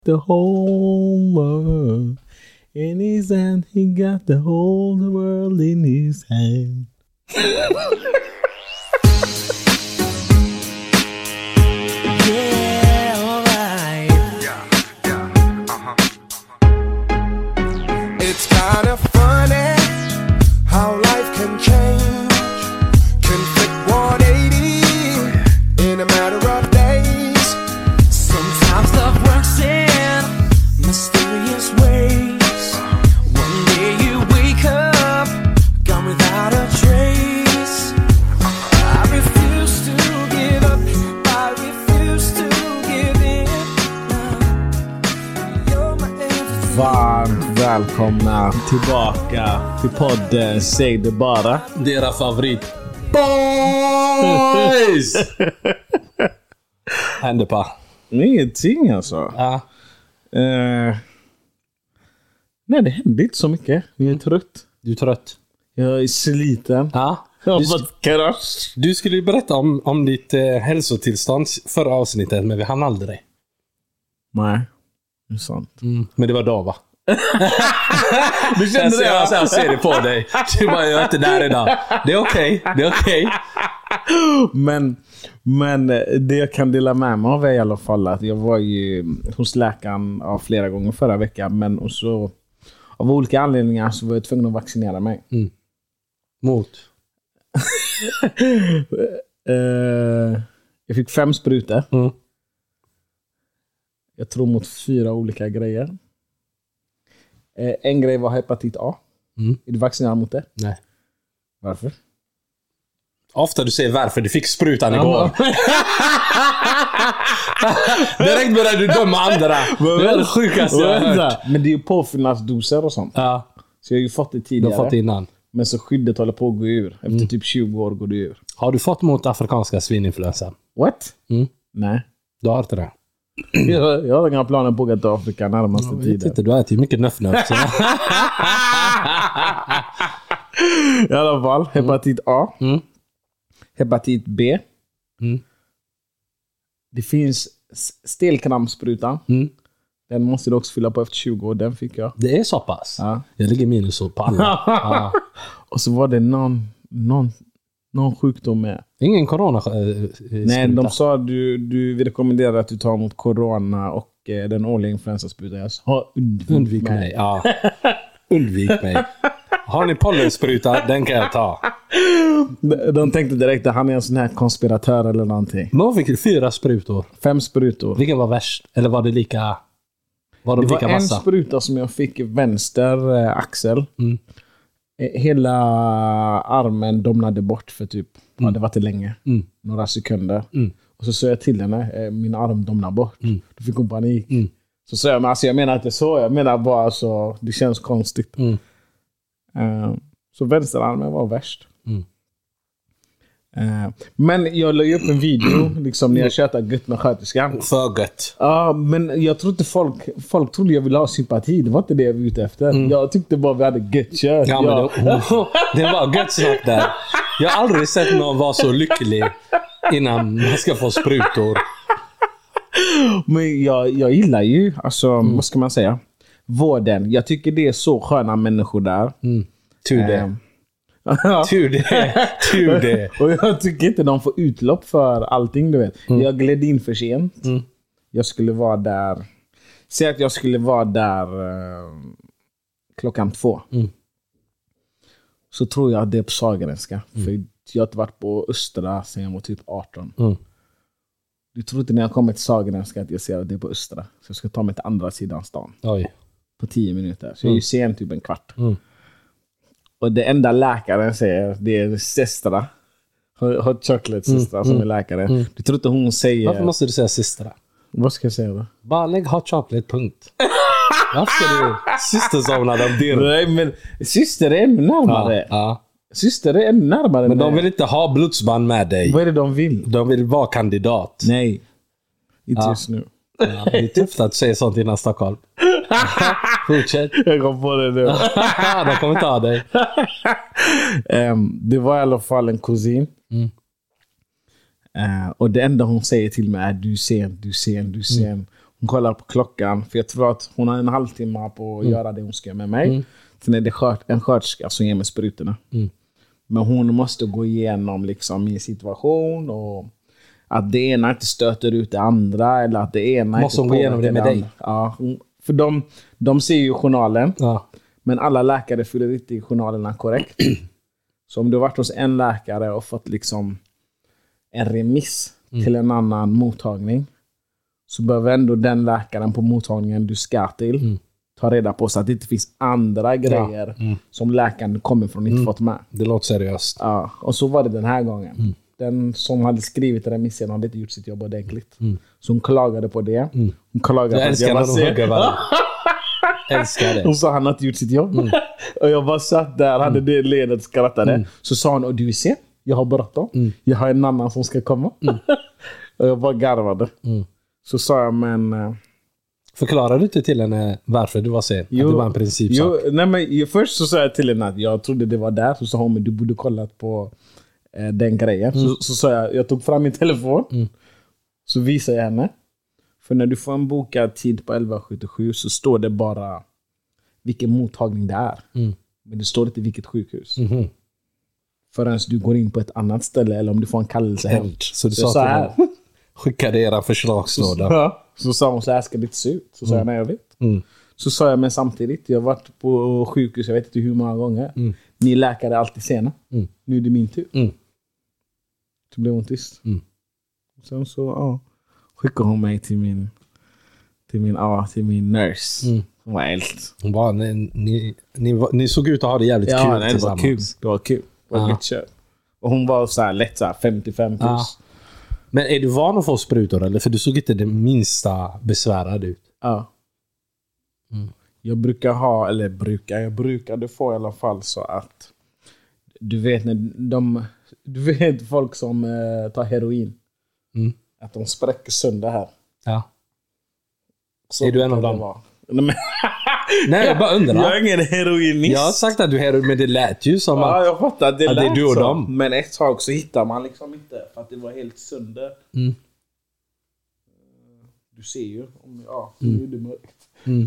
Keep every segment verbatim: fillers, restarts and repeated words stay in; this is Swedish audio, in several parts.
the whole world in his hand. He got the whole world in his hand. Yeah, alright. Yeah, yeah, uh-huh. It's kind of funny how life can change, can flip one eighty in a matter of days. Sometimes love works in mysterious ways. One day you wake up, gone without a trace. I refuse to give up, I refuse to give in. You're my everything. Varmt välkomna tillbaka till podden Säg det bara. Deras favorit. Boys! Händer på. Ingenting alltså. Ja. Eh, nej, det händer inte så mycket. Jag är trött. Du är trött. Jag är sliten. Ja. Jag Du, har fått krasch. du skulle ju berätta om, om ditt eh, hälsotillstånd förra avsnittet, men vi hann aldrig. Nej, det är sant. Mm. Men det var då, va? Du Jag kände ser, det? jag, jag ser det på dig. Du bara, jag är inte där idag. Det är okej, det är okej. Men, men det jag kan dela med mig av är i alla fall att jag var ju hos läkaren ja, flera gånger förra veckan. Men och så, av olika anledningar så var jag tvungen att vaccinera mig. Mm. Mot? eh, jag fick fem sprutor. Mm. Jag tror mot fyra olika grejer. Eh, en grej var hepatit A. Mm. Är du vaccinerad mot det? Nej. Varför? Ofta du säger varför du fick sprutan igår. Direkt börjar du döma andra. Det är det sjukaste jag har hört. Men det är ju påfyllnadsdoser och sånt. Ja, Så jag har ju fått det du tidigare. har fått det innan. Men så skyddet håller på att gå ur. Efter Mm. typ tjugo år går det ur. Har du fått mot afrikanska svininfluensan? What? Mm. Nej. Du har inte det? Jag, jag har inga planer på att gå till Afrika närmaste Jag vet tiden. inte, du har ätit mycket nöff-nöff. så- I alla fall, hepatit A. Mm. Hepatit B. Mm. Det finns s- stelkrampssprutan. Mm. Den måste du också fylla på efter tjugo år. Den fick jag. Det är så pass. Ja. Jag ligger minus på alla. Ja. Och så var det någon, någon, någon sjukdom med. Ingen corona äh, Nej, de sa du, du vi rekommenderar att du tar mot corona och eh, den årliga influensasprutan. Jag sa undvik, Undvik mig. Ja. Undvik mig. Har ni pollenspruta, den kan jag ta. De, de tänkte direkt att han är en sån här konspiratör eller någonting. Men fick du fyra sprutor. Fem sprutor. Vilken var värst? Eller var det lika... Var de Det var lika en massa? spruta som jag fick i vänster eh, axel. Mm. Eh, Hela armen domnade bort för typ, ja, det var inte länge. Mm. Några sekunder. Mm. Och så sa jag till henne, eh, min arm domnar bort. Mm. Då fick hon panik. Mm. Så sa jag, men alltså jag menar inte så. Jag menar bara så, det känns konstigt. Mm. Eh, så vänsterarmen var värst. Mm. Eh, men jag la ju upp en video liksom när jag tjötade gött med sköterskan. För gött. Ja, men jag tror inte folk folk trodde jag ville ha sympati. Det var inte det jag var ute efter. Mm. Jag tyckte bara vi hade gött kött. Ja, men det, det var gött snack där. Jag har aldrig sett någon vara så lycklig innan man ska få sprutor. Men jag, jag gillar ju, alltså, mm. vad ska man säga? Vården. Jag tycker det är så sköna människor där. Mm. Tur det. Ehm, Tur det. Tur det. Och jag tycker inte de får utlopp för allting, du vet. Mm. Jag gled in för sent. Mm. Jag skulle vara där. Säg att jag skulle vara där eh, klockan två. Mm. Så tror jag att det är på Sahlgrenska. Mm. För jag har inte varit på Östra sedan jag var typ arton. Mm. Du tror inte när jag kommer till Sahlgrenska att jag ser att det är på Östra. Så jag ska ta mig till andra sidan stan. Oj. På tio minuter. Så jag är Mm. ju sen typ en kvart. Mm. Och det enda läkaren säger, det är Sestra. Hot Chocolate Sestra Mm. som Mm. är läkare. Mm. Du tror inte hon säger... Varför måste du säga systra? Vad ska jag säga då? Bara lägg hot chocolate, punkt. Varför ska du systersovna dem dirr? Nej, men syster är ännu närmare. Ja, ja. Syster är ännu närmare. Men med. de vill inte ha blodsband med dig. Vad är det de vill? De vill vara kandidat. Nej. Inte Ja. just nu. Ja, det är tufft att säga sånt innan Stockholm. Fortsätt. Jag kom på det nu. De kommer ta dig. um, det var i alla fall en kusin. Mm. Uh, och det enda hon säger till mig är du är sen, du är sen, du är sen. Mm. Hon kollar på klockan. För jag tror att hon har en halvtimme på att mm. göra det hon ska med mig. Mm. Sen är det skört, en sköterska som ger mig sprutorna. Mm. Men hon måste gå igenom liksom min situation. Och att det ena inte stöter ut det andra. Eller att det ena måste inte hon gå igenom det med dig? Ja, för de, de ser ju journalen. Ja. Men alla läkare fyller inte i journalerna korrekt. Så om du har varit hos en läkare och fått liksom en remiss mm. till en annan mottagning, så behöver ändå den läkaren på mottagningen du ska till mm. ta reda på så att det inte finns andra grejer ja. mm. som läkaren kommer från inte mm. fått med. Det låter seriöst. Ja, och så var det den här gången. Mm. Den som hade skrivit remissen hade inte gjort sitt jobb ordentligt. Mm. Så hon klagade på det. Mm. Hon klagade jag på att jag var sen. Älskar det. Hon sa han har inte gjort sitt jobb. Mm. Och jag bara satt där, hade mm. det ledet, skrattade. Mm. Så sa hon, och du ser, jag har bråttom. Mm. Jag har en annan som ska komma. Mm. Och jag bara garvade. Mm. Så sa jag, men... Uh... Förklarade du inte till henne varför du var sen? Jo, att det var en principsak? Jo, nej, men först så sa jag till henne att jag trodde det var där. Så sa hon, men du borde kollat på eh, den grejen. Mm. Så, så sa jag, jag tog fram min telefon. Mm. Så visade jag henne. För när du får en bokad tid på elva sjuttiosju så står det bara vilken mottagning det är. Mm. Men det står inte vilket sjukhus. Mm. Förrän du går in på ett annat ställe eller om du får en kallelse hem. Så du så sa så här. Skickade era förslagslåda. Så, så sa hon, så här ska det inte se ut. Så sa mm. jag, nej jag vet. Mm. Så sa jag, men samtidigt, jag har varit på sjukhus, jag vet inte hur många gånger. Mm. Ni läkare är alltid sena. Mm. Nu är det min tur. Mm. Så blev hon tyst. Mm. Sen så, ja. Skickade hon mig till min till min, ja, till min nurse. Mm. Hon var älst. Hon bara, ni, ni, ni, ni såg ut att ha det jävligt ja, kul nej, tillsammans. Det var kul. Det var kul. Det var ja. kul. Och hon var så här lätt så här femtiofem plus. Ja. Men är du van att få sprutor eller? För du såg inte det minsta besvärad ut. Ja. Mm. Jag brukar ha, eller brukar, jag brukade få i alla fall så att du vet när de, du vet folk som eh, tar heroin. Mm. Att de spräcker sönder här. Ja. Så är du en av dem? Nej, men... Nej, jag bara undrar. Jag är ingen heroinist. Jag har sagt att du är heroin, men det lät ju som ja, att, jag fattar, det, att det är du och dem. Men ett tag så hittar man liksom inte, för att det var helt sönder. Mm. Du ser ju. Om, ja, mm. nu är det mörkt. Mm.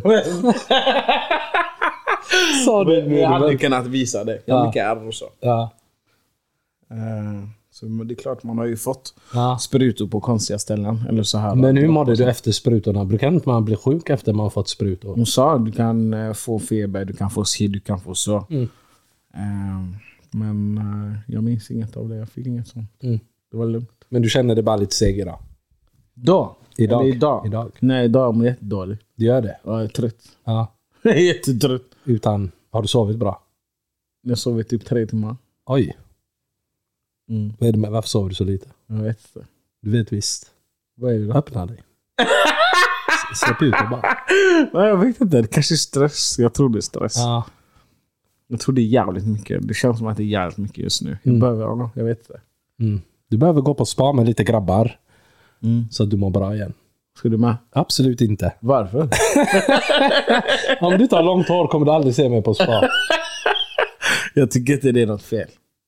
Så du, men jag hade mörkt. Kunnat visa det. Jag har ja. mycket ärr och så. Ja. Uh, så det är klart, man har ju fått ja. sprutor på konstiga ställen. Eller så här. Men hur mådde du efter sprutorna? Brukar inte man bli sjuk efter man har fått sprutor? Hon sa du kan uh, få feber, du kan få skid, du kan få så. Mm. Uh, men uh, jag minns inget av det. Jag fick inget sånt. Mm. Det var lugnt. Men du känner det bara lite seg idag? Då? Idag? idag? idag? Nej, idag är jag jättedålig. Du gör det? Ja, jag är trött. Ja. Jag är jättetrött. Utan, har du sovit bra? Jag sovit typ tre timmar. Oj. Mm. Vad är det med? Varför sover du så lite? Jag vet inte. Du vet visst. Vad är det då? Öppna dig. Släpp ut det bara. Nej, jag vet inte. Det kanske är stress. Jag tror det är stress. Ja. Jag tror det är jävligt mycket. Det känns som att det är jävligt mycket just nu. Jag mm. behöver, ja, jag vet inte. Mm. Du behöver gå på spa med lite grabbar. Mm. Så att du mår bra igen. Ska du med? Absolut inte. Varför? Om du tar långt hår kommer du aldrig se mig på spa. Jag tycker inte det är något fel.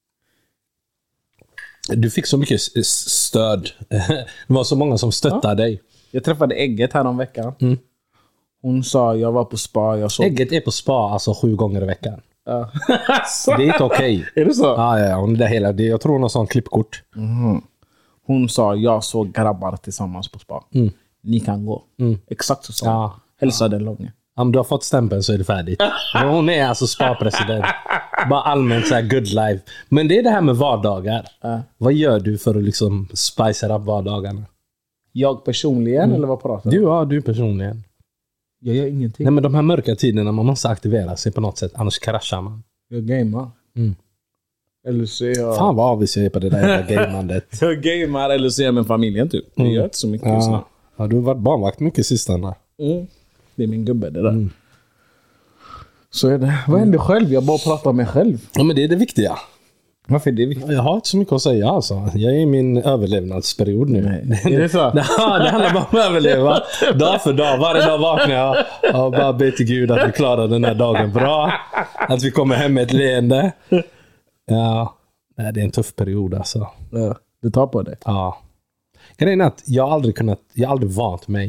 Du fick så mycket stöd. Det var så många som stöttade ja. dig. Jag träffade Ägget här om veckan. Mm. Hon sa, jag var på spa. Jag såg... Ägget är på spa alltså sju gånger i veckan. Ja. Det är inte okej. Okay. Är det så? Ja, ja, hon är där hela. Jag tror hon har sån klippkort. Mm. Hon sa, jag såg grabbar tillsammans på spa. Mm. Ni kan gå. Mm. Exakt så sa ja. Hälsa ja. den långa. Om du har fått stämpeln så är det färdigt. Hon är alltså spa-president. Bara allmänt så här good life. Men det är det här med vardagar. Uh. Vad gör du för att liksom spice upp vardagarna? Jag personligen mm. eller vad pratar du? Ja, du personligen. Jag gör ingenting. Nej, men de här mörka tiderna man måste aktivera sig på något sätt. Annars kraschar man. Jag gamer. Mm. Eller så jag... Fan vad avis jag är på det där jävla gamandet. Jag gamar eller så är jag med familjen typ. Jag mm. gör inte så mycket ja. just nu. Ja, du har varit barnvakt mycket sistone. Mm. Det är min gubbe det där. Mm. Så är det. Vad händer själv? Jag bara pratar om mig själv. Ja, men det är det viktiga. Varför är det viktigt? Jag har inte så mycket att säga alltså. Jag är i min överlevnadsperiod nu. Nej. Är det så? Ja, det handlar bara om att överleva. Dag för dag. Varje dag vaknar jag och bara ber till Gud att vi klarar den här dagen bra. Att vi kommer hem med ett leende. Ja, det är en tuff period alltså. Ja, du tar på det. Ja. Grejen är att jag aldrig kunnat, jag har aldrig vant mig.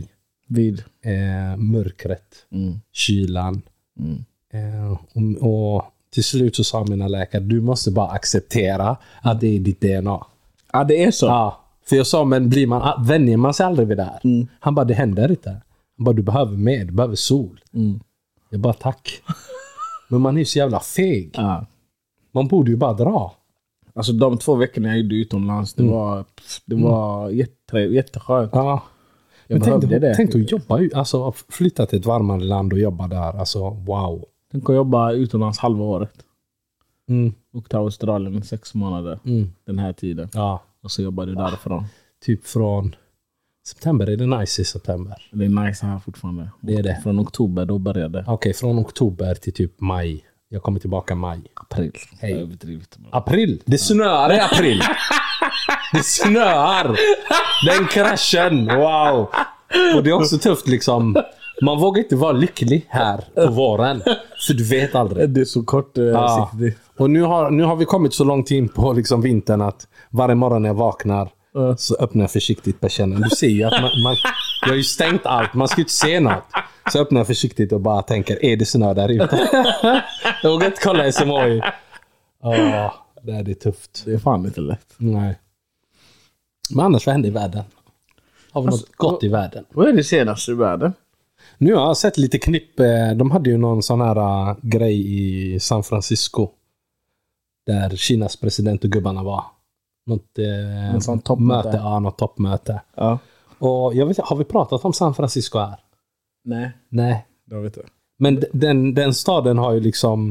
Vid. Eh, mörkret. Mm. Kylan. Mm. Eh, och, och till slut så sa mina läkare, du måste bara acceptera att det är ditt D N A. Ja, det är så. Ja, för jag sa, men blir man, vänjer man sig aldrig vid det här? Mm. Han bara, det händer inte. Han bara, du behöver mer, du behöver sol. Mm. Jag bara, tack. Men man är ju så jävla feg. Ja. Man borde ju bara dra. Alltså de två veckorna jag gjorde utomlands, det Mm. var, det var jätte, jätteskönt. Ja. Jag Men tänk, behövde det. tänk att jobba, ju- alltså flytta till ett varmare land och jobba där. Alltså, wow. Tänk att jobba utomlands halva året. Mm. Och till Australien i sex månader Mm. den här tiden. Ja, Och så jobbar du därifrån. typ från september. Är det nice i september? Det är nice här fortfarande. Det är det. Från oktober, då började det. Okej, från oktober till typ maj. Jag kommer tillbaka maj. April. Hej. Överdrivet. April. Det snöar i april. Det snöar. Den kraschen. Wow. Och det är också tufft liksom. Man vågar inte vara lycklig här på våren. För du vet aldrig. Det är så kort eh, Ja. siktigt. Och nu har, nu har vi kommit så långt in på liksom vintern att varje morgon när jag vaknar Ja. så öppnar jag försiktigt persiennen. Du ser ju att man, man, jag har ju stängt allt. Man ska ju inte se något. Så öppnar jag försiktigt och bara tänker, är det snö där ute? Jag vågar inte kolla S M H I. Ja, det är det tufft. Det är fan inte lätt. Nej. Men annars, vad händer i världen? Har vi något gott i världen? Vad är det senaste i världen? Nu har jag sett lite klipp. eh, De hade ju någon sån här uh, grej i San Francisco. Där Kinas president och gubbarna var. Något eh, En sån toppmöte. möte. Ja, något toppmöte. Ja. Och jag vet, har vi pratat om San Francisco här? Nej, Nej. det vet jag. Men d- den, den staden har ju liksom...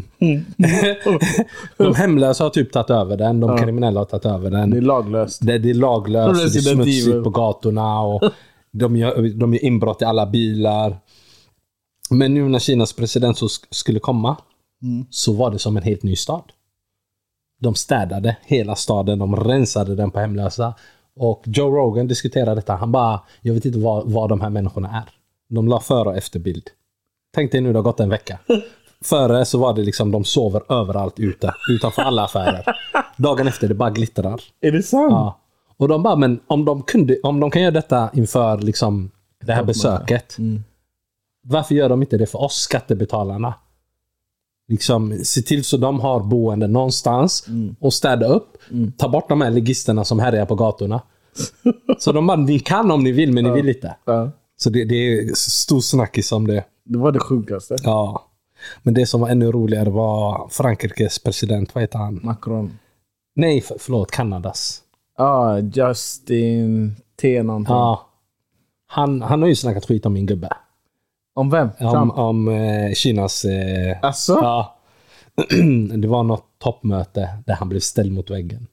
de hemlösa har typ tagit över den. De Ja. kriminella har tagit över den. Det är laglöst. Det, det är laglöst, det är Resident smutsigt Evil. på gatorna och de gör, de gör inbrott i alla bilar. Men nu när Kinas president så sk- skulle komma så var det som en helt ny stad. De städade hela staden, de rensade den på hemlösa. Och Joe Rogan diskuterade detta. Han bara, jag vet inte vad, vad de här människorna är. De la före och efterbild. Tänk dig nu, det har gått en vecka. Före så var det liksom, de sover överallt ute. Utanför alla affärer. Dagen efter det bara glittrar. Är det sant? Ja. Och de bara, men om de, kunde, om de kan göra detta inför liksom det här besöket. Mm. Varför gör de inte det för oss skattebetalarna? Liksom, se till så de har boende någonstans Mm. och städa upp. Mm. Ta bort de här ligisterna som härjar på gatorna. Så de bara, ni kan om ni vill, men ni vill inte. Ja. Så det, det är stor snackis om det. Det var det sjukaste. Ja. Men det som var ännu roligare var Frankrikes president, vad heter han? Macron. Nej, för, förlåt, Kanadas. Ja, Justin T någonting. Ja. Han, han har ju snackat skit om min gubbe. Om vem? Om, Trump? om eh, Kinas... Eh, Alltså? ja. Det var något toppmöte där han blev ställd mot väggen.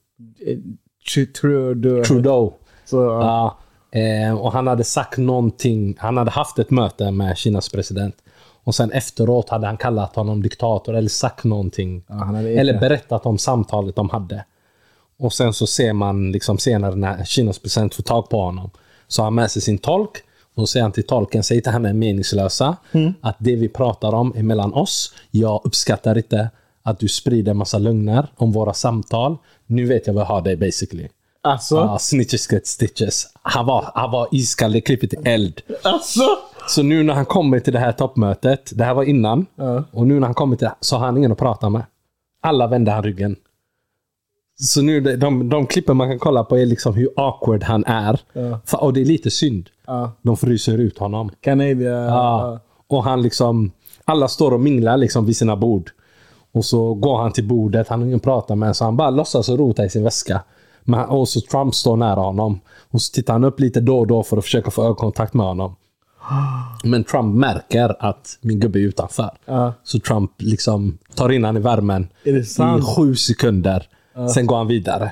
Trudeau. Trudeau. Så, ja. Ja. Eh, och han hade sagt någonting. Han hade haft ett möte med Kinas president. Och sen efteråt hade han kallat honom diktator eller sagt någonting. Ja, han hade Eller berättat om samtalet de hade. Och sen så ser man liksom senare när Kinas president får tag på honom. Så har han med sig sin tolk. Och så säger han till tolken, säg till han är meningslösa. Mm. Att det vi pratar om är mellan oss. Jag uppskattar inte att du sprider en massa lögner om våra samtal. Nu vet jag vad jag har dig basically. Alltså? Ja, snitches get stitches. Han var, han var iskall, det klippet i eld. Alltså? Så nu när han kommer till det här toppmötet, det här var innan. Ja. Och nu när han kommer till det, så har han ingen att prata med. Alla vänder han ryggen. Så nu, de, de, de klippen man kan kolla på är liksom hur awkward han är. Ja. För, och det är lite synd. Ja. De fryser ut honom. Canadian. Ja. Och han liksom, alla står och minglar liksom vid sina bord. Och så går han till bordet, han har ingen att prata med. Så han bara låtsas och rota i sin väska. Men, och så Trump står nära honom. Och så tittar han upp lite då och då för att försöka få ögonkontakt med honom. Men Trump märker att min gubbe är utanför. Ja. Så Trump liksom tar in han i värmen Är det i sant? sju sekunder. Sen går han vidare.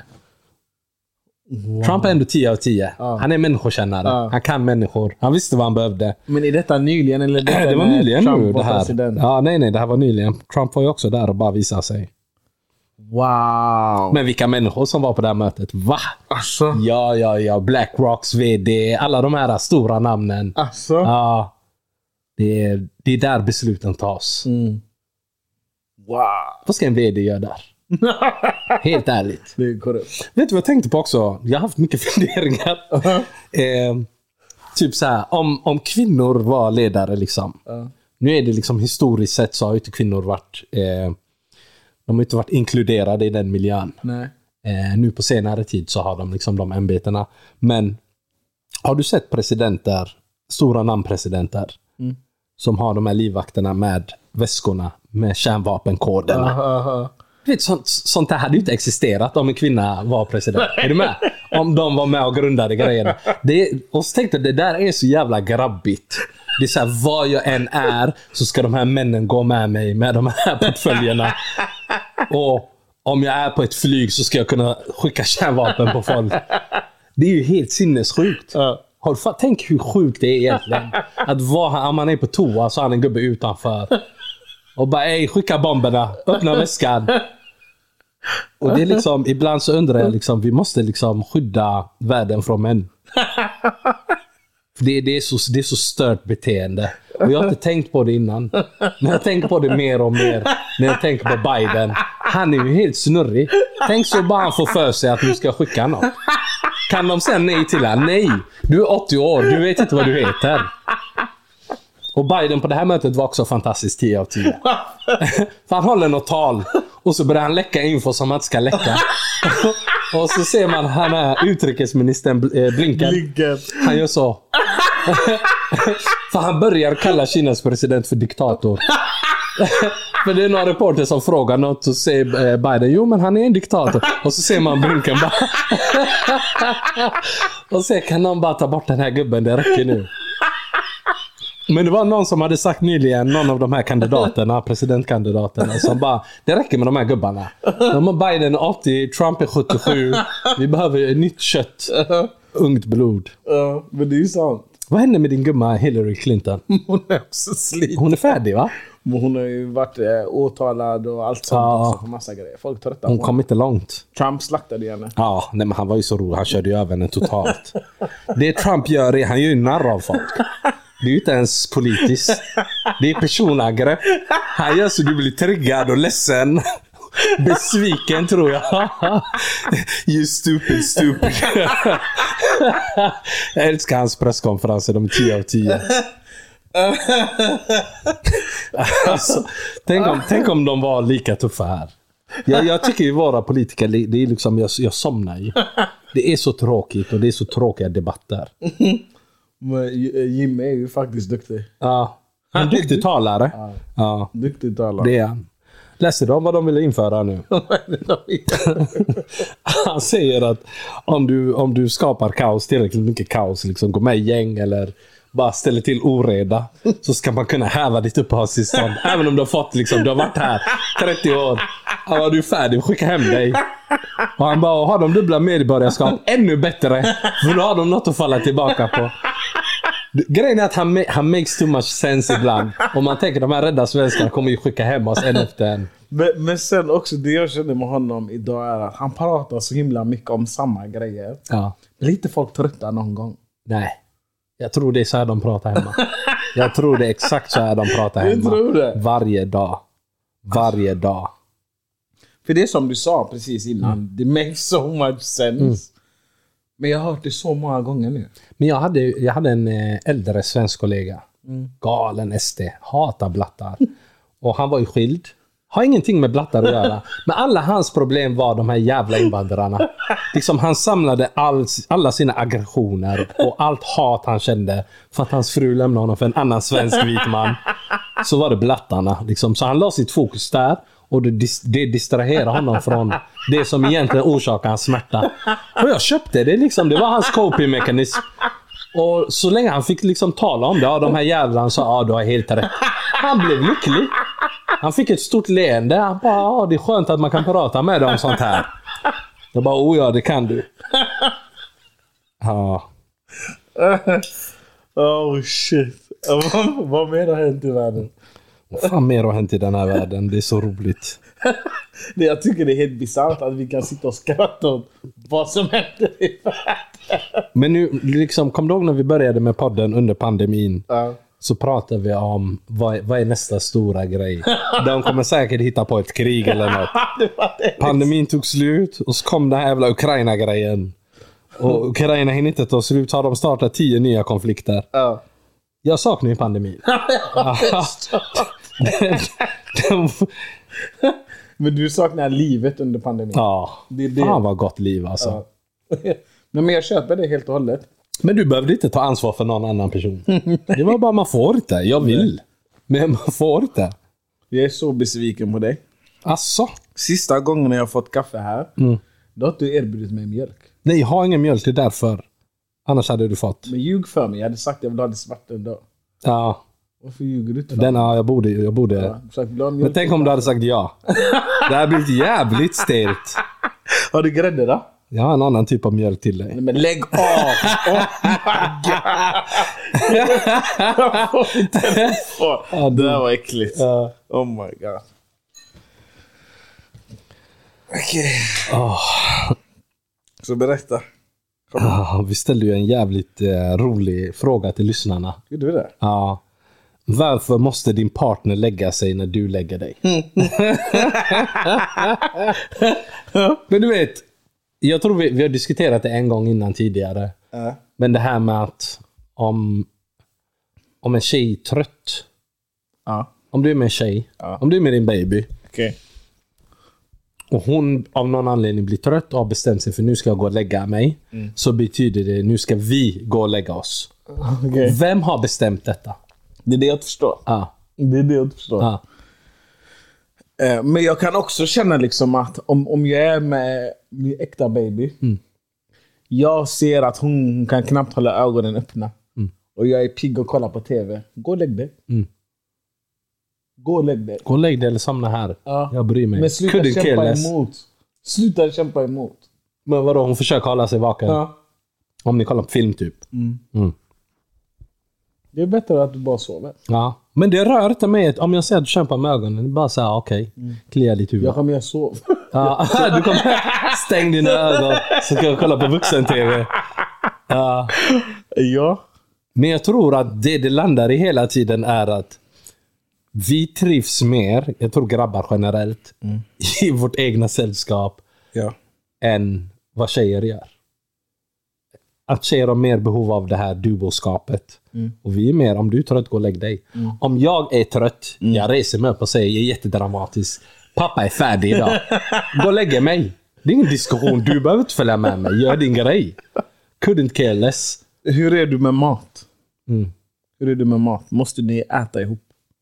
Wow. Trump är ändå tio av tio. Ja. Han är människokännare. Ja. Han kan människor. Han visste vad han behövde. Men är detta nyligen? Eller detta Det var när nyligen Trump nu var det här. president? Ja, nej, nej, det här var nyligen. Trump var ju också där och bara visade sig. Wow. Men vilka människor som var på det här mötet. Va? Alltså? Ja, ja, ja. Blackrocks vd. Alla de här stora namnen. Alltså? Ja. Det är, det är där besluten tas. Mm. Wow. Vad ska en vd göra där? Helt ärligt. Det är korrekt. Vet du vad jag tänkte på också? Jag har haft mycket funderingar. Uh-huh. eh, typ så här, om, om kvinnor var ledare liksom. Uh. Nu är det liksom historiskt sett så har inte kvinnor varit eh, de har inte varit inkluderade i den miljön. Nej. Eh, nu på senare tid så har de liksom de ämbetena. Men har du sett presidenter, stora namnpresidenter mm. som har de här livvakterna med väskorna med kärnvapenkoderna? Uh, uh, uh. Vet, sånt, sånt här hade ju inte existerat om en kvinna var president. Är du med? Om de var med och grundade grejerna. Det, och så tänkte jag, det där är så jävla grabbigt. Det är så här, vad jag än är så ska de här männen gå med mig med de här portföljerna. Och om jag är på ett flyg så ska jag kunna skicka kärnvapen på folk. Det är ju helt sinnessjukt. Uh. Har du, tänk hur sjukt det är egentligen. Att vara, om man är på toa så har han en gubbe utanför. Och bara, ej, skicka bomberna. Öppna väskan. Och det är liksom, ibland så undrar jag liksom, vi måste liksom skydda världen från män. För det, det, är så, det är så stört beteende. Och jag har inte tänkt på det innan. Men jag tänker på det mer och mer när jag tänker på Biden. Han är ju helt snurrig. Tänk så bara han får för sig att nu ska skicka något. Kan de säga nej till han? Nej, du är åttio år, du vet inte vad du heter. Och Biden på det här mötet var också fantastiskt tio av tio. För han håller något tal. Och så börjar han läcka info som man inte ska läcka. Och så ser man han är utrikesministern Blinken. Blinken. Han gör så. För han börjar kalla Kinas president för diktator. För det är några reporter som frågar något och säger Biden, jo men han är en diktator. Och så ser man Blinken bara. Och så kan någon bara ta bort den här gubben, det räcker nu. Men det var någon som hade sagt nyligen, någon av de här kandidaterna, presidentkandidaterna, som bara, det räcker med de här gubbarna. De har Biden åttio, Trump är sjuttiosju. Vi behöver nytt kött. Ungt blod. Ja, men det är ju sant. Vad hände med din gumma Hillary Clinton? Hon är också slit. Hon är färdig, va? Men hon har ju varit äh, åtalad och allt sånt. Ja. Också, massa grejer. Folk tar detta hon på. kom inte långt. Trump slaktade henne. Ja, nej, men han var ju så rolig. Han körde ju över henne totalt. Det Trump gör är, han gör ju narr av folk. Det är ju inte ens politiskt. Det är personangrepp. Han gör så du blir triggad och ledsen. Besviken, tror jag. You stupid, stupid. Jag älskar hans presskonferenser, de tio av tio. Alltså, tänk, om, tänk om de var lika tuffa här. Jag, jag tycker ju våra politiker, det är liksom, jag, jag somnar ju. Det är så tråkigt och det är så tråkiga debatter. Men Jimmy är ju faktiskt duktig. Ja, han är duktig talare. Ja. Ja. Duktig talare. Det är han. Läser de vad de vill införa nu? Han säger att om du, om du skapar kaos, tillräckligt mycket kaos, liksom, gå med i gäng eller bara ställer till oreda, så ska man kunna häva ditt uppehållstillstånd. Även om du har fått, liksom, du har varit här trettio år. Ja, du är färdig, skicka hem dig. Och han bara, har de dubbla medborgarskap, ännu bättre. För då har de något att falla tillbaka på. Grejen är att han, han makes too much sense ibland. Om man tänker att de här rädda svenskarna kommer ju skicka hem oss en efter en. Men, men sen också, det jag känner med honom idag är att han pratar så himla mycket om samma grejer. Ja. Lite folk trötta någon gång. Nej, jag tror det är så här de pratar hemma. Jag tror det är exakt så här de pratar hemma. Jag tror det. Varje dag. Varje dag. För det är som du sa precis innan. Mm. Det makes so much sense. Mm. Men jag har hört det så många gånger nu. Men jag hade, jag hade en äldre svensk kollega. Mm. Galen S D. Hatar blattar. Och han var ju skild. Har ingenting med blattar att göra. Men alla hans problem var de här jävla invandrarna. Liksom han samlade all, alla sina aggressioner och allt hat han kände för att hans fru lämnade honom för en annan svensk vit man. Så var det blattarna. Liksom. Så han la sitt fokus där. Och det, det distraherade honom från det som egentligen orsakar hans smärta. Och jag köpte det liksom. Det var hans coping-mekanism. Och så länge han fick liksom tala om det, ja, de här jävlarna sa, ja, du har helt rätt. Han blev lycklig. Han fick ett stort leende. Han bara, ja, det är skönt att man kan prata med dem om sånt här. Jag bara, oh ja, det kan du. Ja. Oh shit. Vad, vad mer har hänt i världen? Vad fan mer har hänt i den här världen? Det är så roligt. Det, jag tycker det är helt bisarrt att vi kan sitta och skratta åt vad som händer i världen. Men nu, liksom, kom du ihåg när vi började med podden under pandemin? Ja. Så pratar vi om vad, vad är nästa stora grej. De kommer säkert hitta på ett krig eller något. Pandemin tog slut och så kom den här jävla Ukraina-grejen. Och Ukraina hinner inte ta slut. Har de startat tio nya konflikter. Ja. Jag saknar ju pandemin. Men du saknar livet under pandemin. Ja, Det är det. fan vad gott liv alltså. Ja. Nej, men jag köper det helt och hållet. Men du behövde inte ta ansvar för någon annan person. Det var bara, man får inte. Jag vill. Men man får inte. Jag är så besviken på dig. Asså? Sista gången jag har fått kaffe här, Mm. då har du erbjudit mig mjölk. Nej, jag har ingen mjölk, det är därför. Annars hade du fått. Men ljug för mig. Jag hade sagt att jag vill ha det svart en dag. Ja, Varför ljuger du inte? den, ja jag borde. Jag borde. Ja, sagt, vill du ha mjölk? Men tänk om du hade sagt ja. Det hade blivit jävligt stelt. Har du grädde då? Jag har en annan typ av mjölk till dig. Nej, men lägg av! Oh my god! Jag får inte få. Det där var äckligt. Ja. Oh my god. Okej. Oh. Så berätta. Ah, vi ställde ju en jävligt eh, rolig fråga till lyssnarna. Gjorde du det? Ja. Varför måste din partner lägga sig när du lägger dig? Men du vet, jag tror vi, vi har diskuterat det en gång innan tidigare. Ja. Men det här med att om, om en tjej är trött. Ja. Om du är med en tjej. Ja. Om du är med din baby. Okej. Och hon av någon anledning blir trött och har bestämt sig för nu ska jag gå och lägga mig. Mm. Så betyder det nu ska vi gå och lägga oss. Okay. Vem har bestämt detta? Det är det jag förstår. Ja. Det är det jag förstår. Ja. Eh, Men jag kan också känna liksom att om, om jag är med min äkta baby. Mm. Jag ser att hon kan knappt hålla ögonen öppna. Mm. Och jag är pigg och kollar på tv. Gå och lägg dig. Mm. Gå och lägg dig. Gå och lägg dig eller somna här. Ja. Jag bryr mig. Men sluta Couldn't care kämpa less. emot. Sluta kämpa emot. Men vadå, hon försöker hålla sig vaken. Ja. Om ni kollar på film typ. Mm. Mm. Det är bättre att du bara sover. Ja. Men det rör inte mig. Om jag säger att du kämpar med ögonen. Det är bara så här, okej. Okay. Mm. Klia ditt huvud. Jag kommer jag sov. Ja. Du kommer stäng dina ögon. Så ska jag kolla på vuxen-tv. Ja. Ja. Men jag tror att det det landar i hela tiden är att vi trivs mer, jag tror grabbar generellt, mm. i vårt egna sällskap Ja. än vad tjejer gör. Att tjejer har mer behov av det här duoskapet. Mm. Och vi är mer, om du är trött, gå och lägg dig. Mm. Om jag är trött, mm. jag reser mig upp och säger, jag är jättedramatisk. Pappa är färdig idag. Gå och lägga mig. Det är ingen diskussion, du behöver inte följa med mig. Gör din grej. Couldn't care less. Hur är du med mat? Mm. Hur är du med mat? Måste ni äta ihop?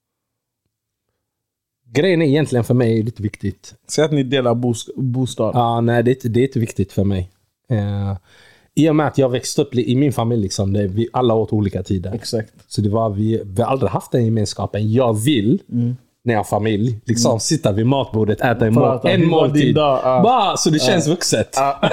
Grejen är egentligen för mig lite viktigt. Säg att ni delar bos- bostad. Ja, nej, det är, inte, det är inte viktigt för mig. Uh, I och med att jag växte upp i min familj, liksom, det, vi alla åt olika tider. Exakt. Så det var, vi, vi har aldrig haft den gemenskapen. Jag vill, mm. när jag har familj, liksom mm. sitta vid matbordet, äta en, må- en måltid. Uh. Bara, så det känns uh. vuxet. Uh.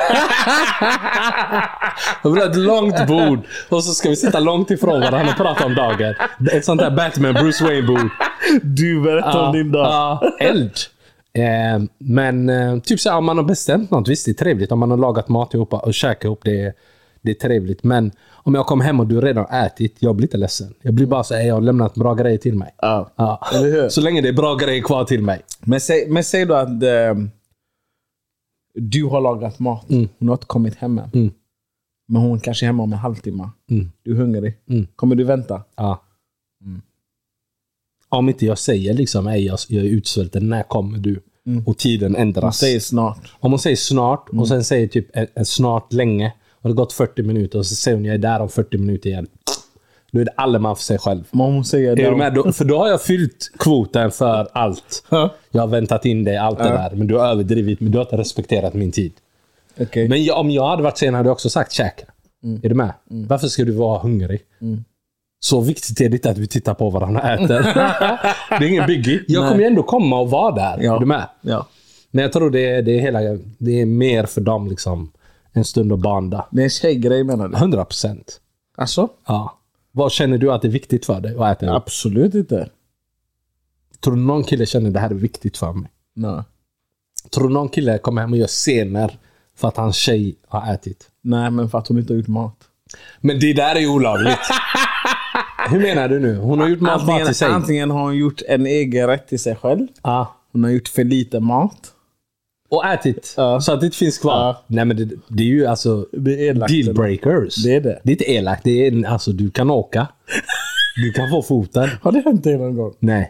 Vi har ett långt bord. Och så ska vi sitta långt ifrån varandra och prata om dagen. Ett sånt där Batman, Bruce Wayne-bord. Du berättar uh, om din dag. Uh, eld. Eh, men eh, typ så om man har bestämt något, visst det är trevligt. Om man har lagat mat ihop och käkat ihop, det, det är trevligt. Men om jag kommer hem och du redan har ätit, jag blir inte ledsen. Jag blir bara så här, jag har lämnat bra grejer till mig. Ja. Ja. Eller hur? Så länge det är bra grejer kvar till mig. Men säg, men säg då att eh, du har lagat mat. Mm. Hon har inte kommit hem än. Mm. Men hon kanske är hemma om en halvtimme. Mm. Du är hungrig. Mm. Kommer du vänta? Ja. Mm. Om inte jag säger liksom, jag, jag är utsvälten, när kommer du? Mm. Och tiden ändras. Hon säger snart. Om hon säger snart mm. och sen säger typ en, en snart länge och det har gått fyrtio minuter och så säger hon jag är där om fyrtio minuter igen. Då är det alla man för sig själv. Men hon säger är du med? Då, för då har jag fyllt kvoten för allt. Jag har väntat in dig, allt det där. Men du har överdrivit, men du har inte respekterat min tid. Okay. Men jag, om jag hade varit sen hade jag också sagt käka. Mm. Är du med? Mm. Varför ska du vara hungrig? Mm. Så viktigt är det inte att vi tittar på varandra och äter. Det är ingen biggie. Jag Nej. kommer ju ändå komma och vara där. Ja. Är du med? Ja. Men jag tror det är, det är, hela, det är mer för dem liksom. En stund att banda. Det är en tjejgrej menar du? hundra procent. Alltså? Ja. Vad känner du att det är viktigt för dig att äta? Absolut inte. Tror du någon kille känner det här är viktigt för mig? Nej. Tror du någon kille kommer hem och gör scener för att hans tjej har ätit? Nej, men för att hon inte har gjort mat. Men det där är olagligt. Hur menar du nu? Hon har gjort mat antingen, till sig. Antingen har hon gjort en egen rätt till sig själv. Ah. Hon har gjort för lite mat. och ätit Ja. så att det inte finns kvar. Ja. Nej, men det, det är ju alltså Det är elakt, deal breakers. Det är det. Det är inte elakt. Det är en, alltså du kan åka. Du kan få foten. Har det hänt dig någon gång? Nej.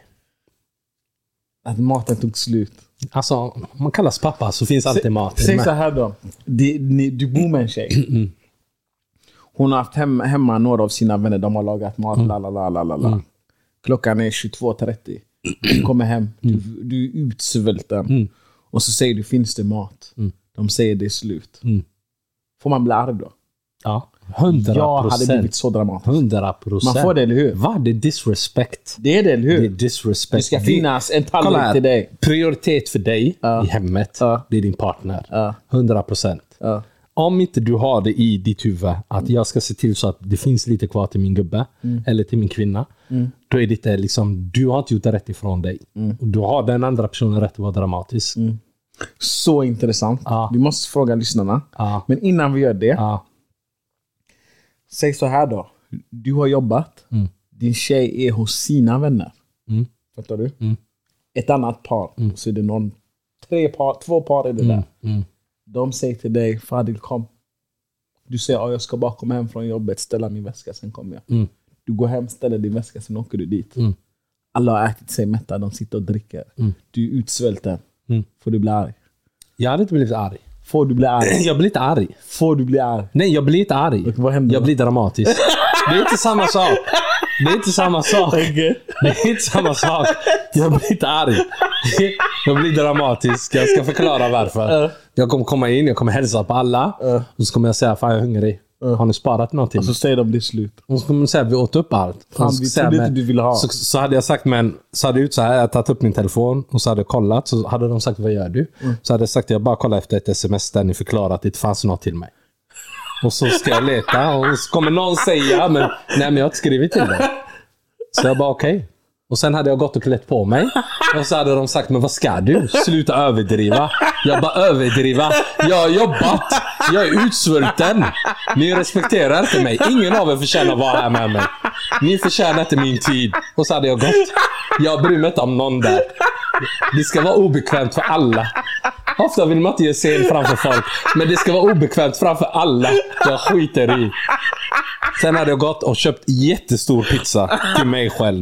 Att maten tog slut. Alltså, om man kallas pappa så finns alltid mat. Säg så här då. Det, ni, du bor med en tjej. Hon har haft hem, hemma några av sina vänner. De har lagat mat. Mm. La, la, la, la, la, la. Klockan är tjugotvå trettio. Du kommer hem. Du, du är utsvulten. Mm. Och så säger du, finns det mat? Mm. De säger det är slut. Mm. Får man bli arg då? Ja. hundra procent. Jag hade blivit så dramatisk. hundra procent. Man får det, eller hur? Vad? Det är disrespect. Det är det, eller hur? Det är disrespect. Det ska finnas en tallrik till dig. Prioritet för dig uh. i hemmet. Uh. Det är din partner. Uh. hundra procent. Uh. Om inte du har det i ditt huvud att jag ska se till så att det finns lite kvar till min gubbe mm. eller till min kvinna. Mm. Då är det inte liksom, du har inte gjort det rätt ifrån dig. Mm. Och du har den andra personen rätt att vara dramatisk. Mm. Så intressant. Ja. Vi måste fråga lyssnarna. Ja. Men innan vi gör det. Ja. Säg så här då. Du har jobbat. Mm. Din tjej är hos sina vänner. Mm. Fattar du? Mm. Ett annat par. Mm. Så är det någon, tre par, två par är det där. Mm. Mm. De säger till dig, Fadil kom. Du säger, ja, jag ska bara komma hem från jobbet, ställa min väska, sen kommer jag. Mm. Du går hem, ställer din väska, sen åker du dit. Mm. Alla har ätit sig mätta, de sitter och dricker. Mm. Du är utsvälten. Mm. Får du bli arg? Jag hade inte blivit arg. Får du bli arg? Jag blir inte arg. Får du bli arg? Nej, jag blir inte arg. Och vad händer jag då? blir dramatisk. Det är inte samma sak. Det är inte samma sak. Okay. Det är inte samma sak. Jag blir inte arg. Jag blir dramatisk. Jag ska förklara varför. Uh. Jag kommer komma in, jag kommer hälsa på alla. Uh. Och så kommer jag säga, fan jag är hungrig. Uh. Har ni sparat någonting? Och så säger de det är slut. Och så kommer de säga, vi åt upp allt. Fan, vi trodde inte du ville ha. Så, så hade jag sagt, men så hade jag ut så här, jag hade tagit upp min telefon och så hade jag kollat. Så hade de sagt, vad gör du? Mm. Så hade jag sagt, jag bara kollar efter ett sms där ni förklarar att det inte fanns något till mig. Och så ska jag leta och så kommer någon säga, men nej men jag har inte skrivit till dig. Så jag bara okej. Okay. Och sen hade jag gått och klätt på mig. Och så hade de sagt, men vad ska du? Sluta överdriva. Jag bara överdriva. Jag har jobbat. Jag är utsvulten. Ni respekterar inte mig. Ingen av er förtjänar att vara här med mig. Ni förtjänar inte min tid. Och så hade jag gått. Jag bryr mig inte om någon där. Det ska vara obekvämt för alla. Ofta vill man inte ge scen framför folk. Men det ska vara obekvämt framför alla. Jag skiter i. Sen hade jag gått och köpt jättestor pizza till mig själv.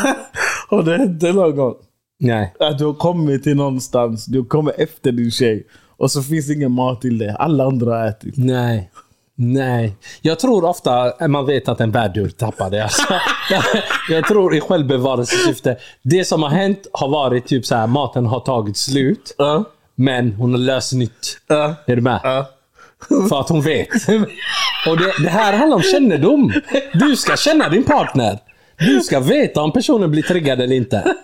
Och det hände någon gång? Nej. Att du har kommit till någonstans. Du kommer efter din tjej. Och så finns ingen mat till dig. Alla andra har ätit. Nej. Nej. Jag tror ofta man vet att en bärdur tappar det. Alltså. Jag tror i självbevarelsesyfte. Det som har hänt har varit typ så här, maten har tagit slut. Uh. Men hon har löst nytt. Uh. Är du med? Uh. För att hon vet. Och det, det här handlar om kännedom. Du ska känna din partner. Du ska veta om personen blir triggad eller inte.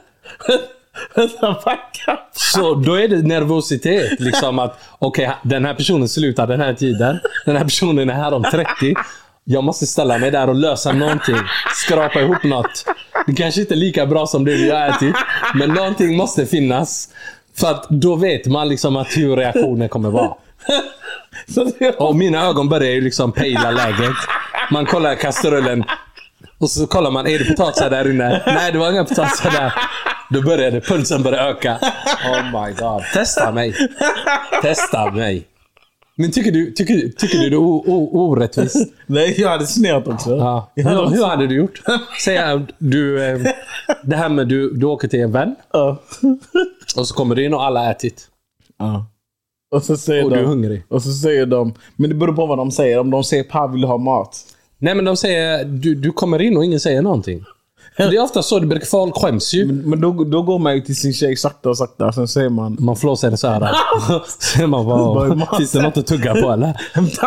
Så då är det nervositet. Liksom att okej, okay, den här personen slutar den här tiden. Den här personen är här om trettio. Jag måste ställa mig där och lösa någonting. Skrapa ihop något. Det kanske inte är lika bra som det vi har ätit. Men någonting måste finnas. För att då vet man liksom att hur reaktionen kommer vara. Och mina ögon börjar ju liksom pejla läget. Man kollar kastrullen. Och så kollar man, är det potatisar där inne? Nej, det var inga potatisar där. Då började pulsen börja öka. Oh my god. Testa mig. Testa mig. Men tycker du, tycker, tycker du det är o, o, orättvist? Nej, jag hade snett också. Ja. Hur, hur hade du gjort? Säg du, det här med du, du åker till en vän. Ja. Och så kommer du in och alla har ätit. Ja. Och så säger och de, du är hungrig. Och så säger de, men det beror på vad de säger. Om de säger, pa vill du ha mat? Nej, men de säger, du, du kommer in och ingen säger någonting. Det är ofta så, det brukar folk skäms ju. Men, men då, då går man ju till sin tjej sakta och sakta. Sen säger man... Man flåser det så här. Säger man bara, finns det något att tugga på eller?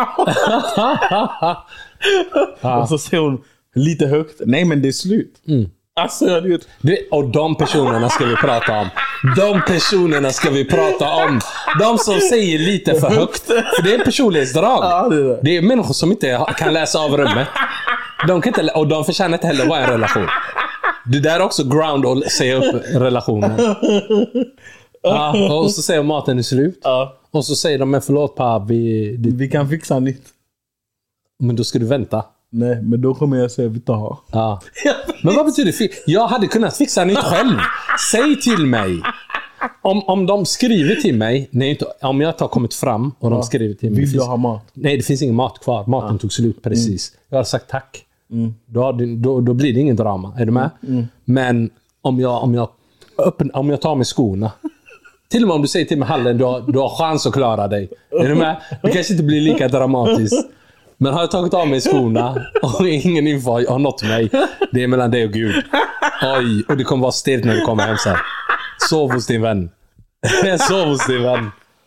Och så säger hon lite högt. Nej, men det är slut. Mm. Alltså, jag vet. Det, och de personerna ska vi prata om. De personerna ska vi prata om. De som säger lite för högt. För det är personlighetsdrag. Ja, det, är det. det är människor som inte kan läsa av rummet. De kan inte, och de förtjänar inte heller vara en relation. Det där är också ground och säga upp relationen. Ja, och så säger maten är slut. Ja. Och så säger de, men förlåt pa, vi, det... vi kan fixa nytt. Men då ska du vänta. Nej, men då kommer jag säga vi tar ha. Ja. Men vad betyder det? Jag hade kunnat fixa nytt själv. Säg till mig. Om, om de skriver till mig, nej, inte, om jag inte har kommit fram och de ja. skriver till mig. Vill finns, du ha mat? Nej, det finns ingen mat kvar. Maten ja. tog slut precis. Mm. Jag har sagt tack. Mm. Då, då, då blir det ingen drama. Är du med? Mm. Men om jag, om, jag öppen, om jag tar med skorna. Till och med om du säger till mig Hallen, du har, du har chans att klara dig. Är du med? Det kanske inte blir lika dramatiskt. Men har jag tagit av mig skorna och ingen info har nått mig, det är mellan dig och Gud. Oj, och det kommer vara stelt när du kommer hem sen. Sov hos din vän. Sov hos din vän.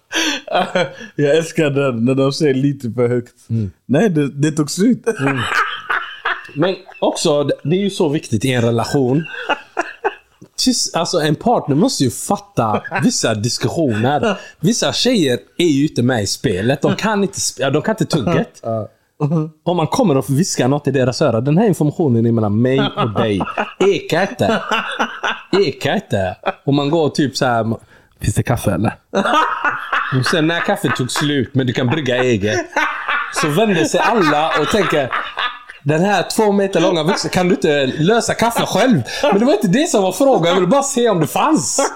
Jag älskar den när de säger lite för högt. Mm. Nej, det, det tog slut. Mm. Men också, det är ju så viktigt i en relation. Alltså en partner måste ju fatta vissa diskussioner. Vissa tjejer är ju inte med i spelet. De kan inte, sp- de kan inte tugget. Om man kommer och viskar något i deras öra, den här informationen är mellan mig och dig. Eka inte. Eka inte. Om man går typ så här, finns det kaffe eller? Och sen när kaffet tog slut, men du kan brygga eget, så vänder sig alla och tänker, den här två meter långa vuxen, kan du inte lösa kaffe själv? Men det var inte det som var frågan. Jag ville bara se om det fanns.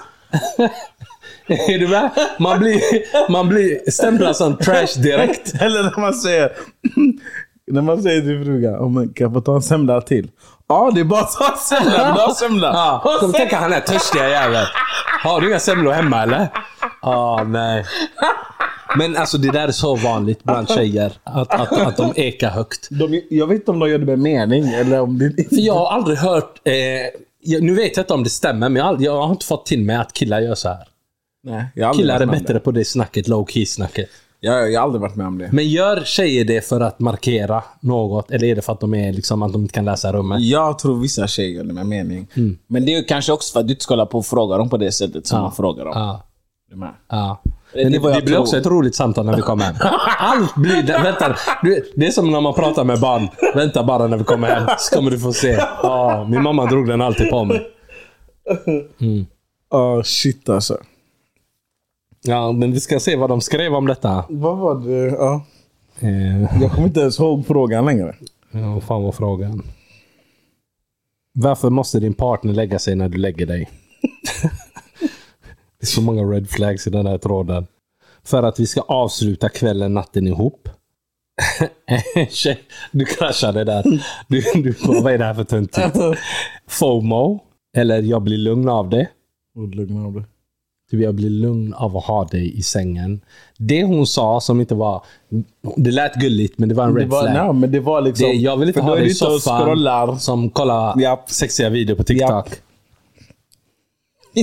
Är du med? Man blir, man blir stämplad som trash direkt. Eller när man säger när man säger till frugan, om man kan få ta en semla till. Ja, det är bara att ta en semla. Du har semla. Ja, de tänker han är törstiga jävel. Har du inga semlor hemma eller? Ja, nej. Men alltså det där är så vanligt bland tjejer att, att, att de ekar högt. De, jag vet inte om de gör det med mening eller om det... För jag har aldrig hört eh, jag, nu vet jag inte om det stämmer, men jag, aldrig, jag har inte fått till mig att killar gör så här. Nej, jag killar är bättre det. på det snacket, low key snacket. Jag, jag har aldrig varit med om det. Men gör tjejer det för att markera något, eller är det för att de är liksom att de inte kan läsa rummet? Jag tror vissa tjejer gör det med mening. Mm. Men det är ju kanske också för att du inte ska hålla på och fråga dem på det sättet som ja. man frågar dem. Ja. De ja. Det, det, det blir tror. också ett roligt samtal när vi kommer hem. Allt blir det. Vänta, du, det är som när man pratar med barn. Vänta bara när vi kommer hem, så kommer du få se. Ja, min mamma drog den alltid på mig. Mm. Oh, shit alltså. Ja, men vi ska se vad de skrev om detta. Vad var det? Ja. Eh. Jag kommer inte ens ihåg frågan längre. Ja, vad fan var frågan? Varför måste din partner lägga sig när du lägger dig? Det är så många red flags i den här tråden. För att vi ska avsluta kvällen, natten ihop. Tjej, du kraschade där. Du, du, vad är det här för töntigt? FOMO. Eller jag blir lugn av det. Och lugn av det. Typ jag blir lugn av att ha dig i sängen. Det hon sa som inte var... Det lät gulligt, men det var en red det var, flag. Nej, men det var liksom... Det, jag vill inte ha dig i soffan som kollar yep. sexiga videor på TikTok. Yep.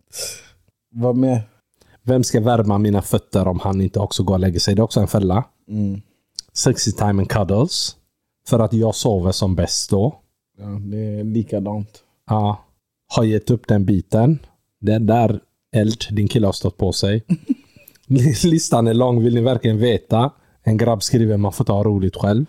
Vad med? Vem ska värma mina fötter om han inte också går och lägger sig? Det är också en fälla. Mm. Sexy time and cuddles. För att jag sover som bäst då. Ja, det är likadant. Ja. Har gett upp den biten. Det där eld din kille har stått på sig. Listan är lång. Vill ni verkligen veta? En grabb skriver man får ta roligt själv.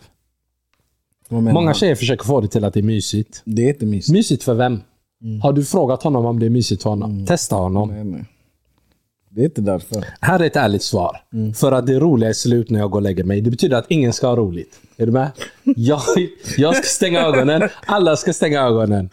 Många tjejer försöker få det till att det är mysigt. Det är inte mysigt. Mysigt för vem? Mm. Har du frågat honom om det är mysigt för honom? Mm. Testa honom. Nej, nej. Det är inte därför. Här är ett ärligt svar. Mm. För att det roliga är slut när jag går och lägger mig. Det betyder att ingen ska ha roligt. Är du med? Jag, jag ska stänga ögonen. Alla ska stänga ögonen.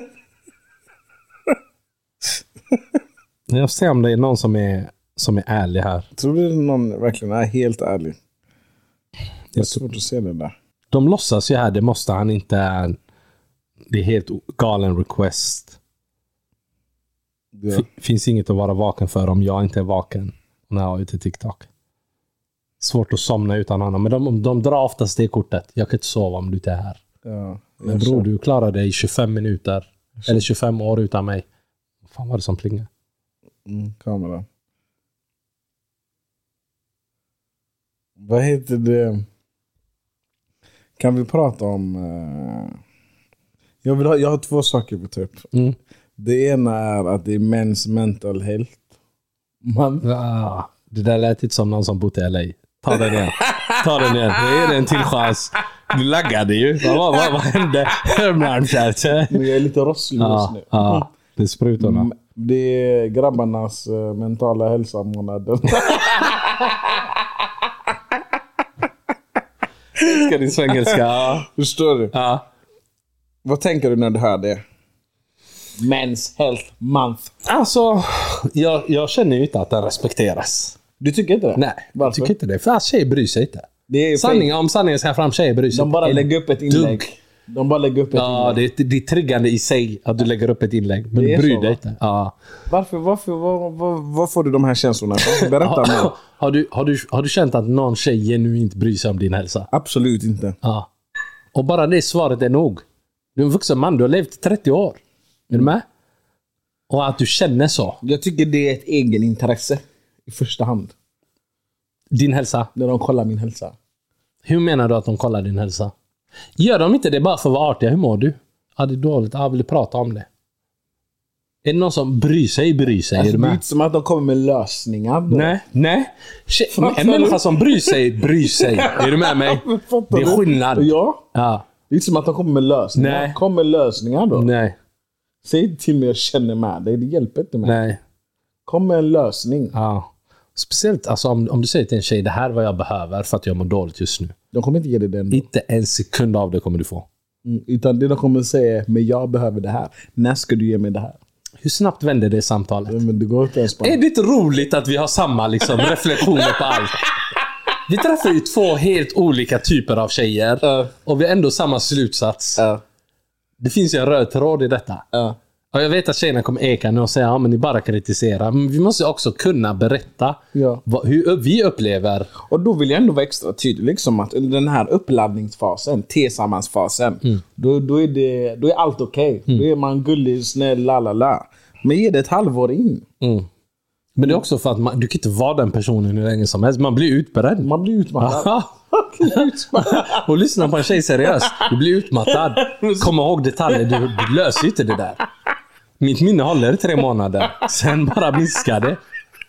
Jag ser om det är någon som är, som är ärlig här. Tror du någon verkligen är helt ärlig? Det är svårt att se det där. De låtsas ju här. Det måste han inte... Det är helt galen request. Ja. F- finns inget att vara vaken för om jag inte är vaken när jag är ute i TikTok. Svårt att somna utan honom. Men de, de drar oftast det kortet. Jag kan inte sova om du inte är här. Ja, men bror, du klarar dig i tjugofem minuter. Eller tjugofem år utan mig. Vad fan var det som plingade? Mm, kamera. Vad heter det? Kan vi prata om... Uh... Jag, vill ha, jag har två saker på typ. Mm. Det ena är att det är mäns mental health. Man... Ah, det där lät inte som någon som bott i L A. Ta den igen. Ta den igen. Det är en till chans. Du laggade ju. Vad, vad, vad, vad hände? Men jag är lite rosslig ah, just nu. Ah, det är sprutorna. Det är grabbarnas uh, mentala hälsa-månaden. Ska din svengelska? Ja. Förstår du? Ja. Vad tänker du när du hör det? Men's Health Month. Alltså, jag, jag känner ju inte att den respekteras. Du tycker inte det? Nej, varför? jag tycker inte det. För att tjejer bryr sig inte. Det är Sanning, om sanningen ska fram, tjejer bryr sig. De bara En lägger upp ett inlägg. dugg. De bara lägger upp ett Ja, inlägg. det är, det är triggande i sig att du lägger upp ett inlägg. Men Det du är bryr så, dig va? inte. Ja. Varför, varför, var, var, var får du de här känslorna? Berätta mer. Har du, har, du, har du känt att någon tjej genuint bryr sig om din hälsa? Absolut inte. Ja. Och bara det svaret är nog. Du är en vuxen man, du har levt i trettio år. Är du med? Och att du känner så. Jag tycker det är ett egenintresse i första hand. Din hälsa. När de kollar min hälsa. Hur menar du att de kollar din hälsa? Gör de inte det bara för att vara artiga? Hur mår du? Ja, det är dåligt. Ja, vill du prata om det? Är det någon som bryr sig, bryr sig? Alltså, är du det är med? inte som att de kommer med lösningar. Då. Nej, nej. Tjej, Fattar en du? människa som bryr sig, bryr sig. Är du med mig? Fattar Det är du? skillnad. Ja. Ja. Det är inte som att de kommer med lösningar. Nej. Kom med lösningar då. Nej, Säg inte till mig jag känner med dig. Det hjälper inte mig. nej. Kom med en lösning. Ja. Speciellt alltså, om, om du säger till en tjej, det här är vad jag behöver för att jag mår dåligt just nu. De kommer inte ge dig den. Inte en sekund av det kommer du få. Mm, utan det de kommer säga, men jag behöver det här. När ska du ge mig det här? Hur snabbt vänder det samtalet? Ja, men det går inte ens på. Är det inte roligt att vi har samma liksom, reflektioner på allt? Vi träffar ju två helt olika typer av tjejer. Ja. Och vi har ändå samma slutsats. Ja. Det finns ju en röd tråd i detta. Ja. Och jag vet att tjejerna kommer eka nu och säga ja, men ni bara kritiserar. Men vi måste också kunna berätta Ja. vad, hur vi upplever. Och då vill jag ändå vara extra tydlig liksom att under den här uppladdningsfasen, tillsammansfasen, mm. då, då, är det, då är allt okej. Okay. Mm. Då är man gullig, snäll, lalala. Men ge det ett halvår in. Mm. Men det är också för att man, du kan inte vara den personen hur länge som helst. Man blir utbränd. Man blir utmattad. Och lyssna på en tjej seriöst. Du blir utmattad. Kom ihåg detaljer. Du, du löser inte det där. Mitt minne håller i tre månader. Sen bara minskar det.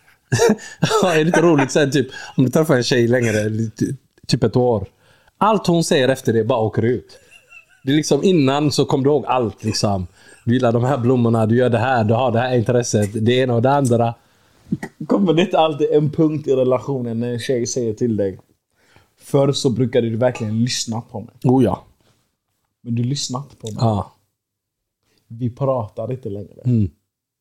Ja, är det inte roligt sen typ om du träffar en tjej längre, typ ett år. Allt hon säger efter det bara åker ut. Det är liksom innan så kom du ihåg allt liksom. Du gillar de här blommorna, du gör det här, du har det här intresset, det ena och det andra. Kommer det inte alltid en punkt i relationen när en tjej säger till dig? Förr så brukade du verkligen lyssna på mig. Oh ja. Men du lyssnar inte på mig. Ja. Vi pratar inte längre. Mm.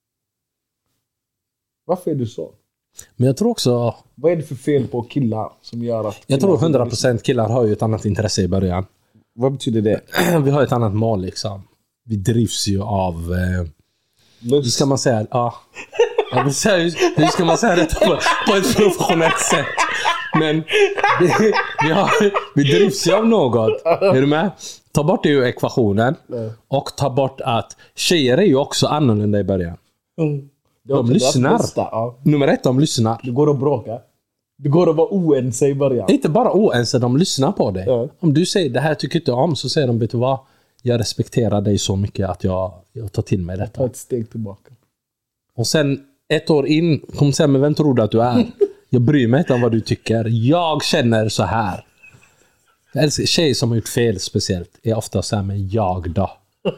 Varför är du så? Men jag tror också... Vad är det för fel på killar som gör att... Jag tror hundra procent killar har ju ett annat intresse i början. Vad betyder det? Vi har ett annat mål liksom. Vi drivs ju av... Eh, hur ska man säga? Ja. Jag vill säga, hur ska man säga det på, på ett professionellt sätt? Men vi, vi, har, vi drivs ju av något. Är du med? Ta bort det ur ekvationen. Och ta bort att tjejer är ju också annorlunda i början. Mm. De lyssnar. Ja. Nummer ett, de lyssnar. Det går att bråka. Det går att vara oense i början. Inte bara oense, de lyssnar på dig. Ja. Om du säger det här tycker inte om, så säger de, vet du vad? Jag respekterar dig så mycket att jag, jag tar till mig Ta detta. ett steg tillbaka. Och sen ett år in, kom säga, men vem tror du att du är? Jag bryr mig inte om vad du tycker. Jag känner så här. Jag älskar, tjejer som har gjort fel speciellt är ofta så här, men jag då?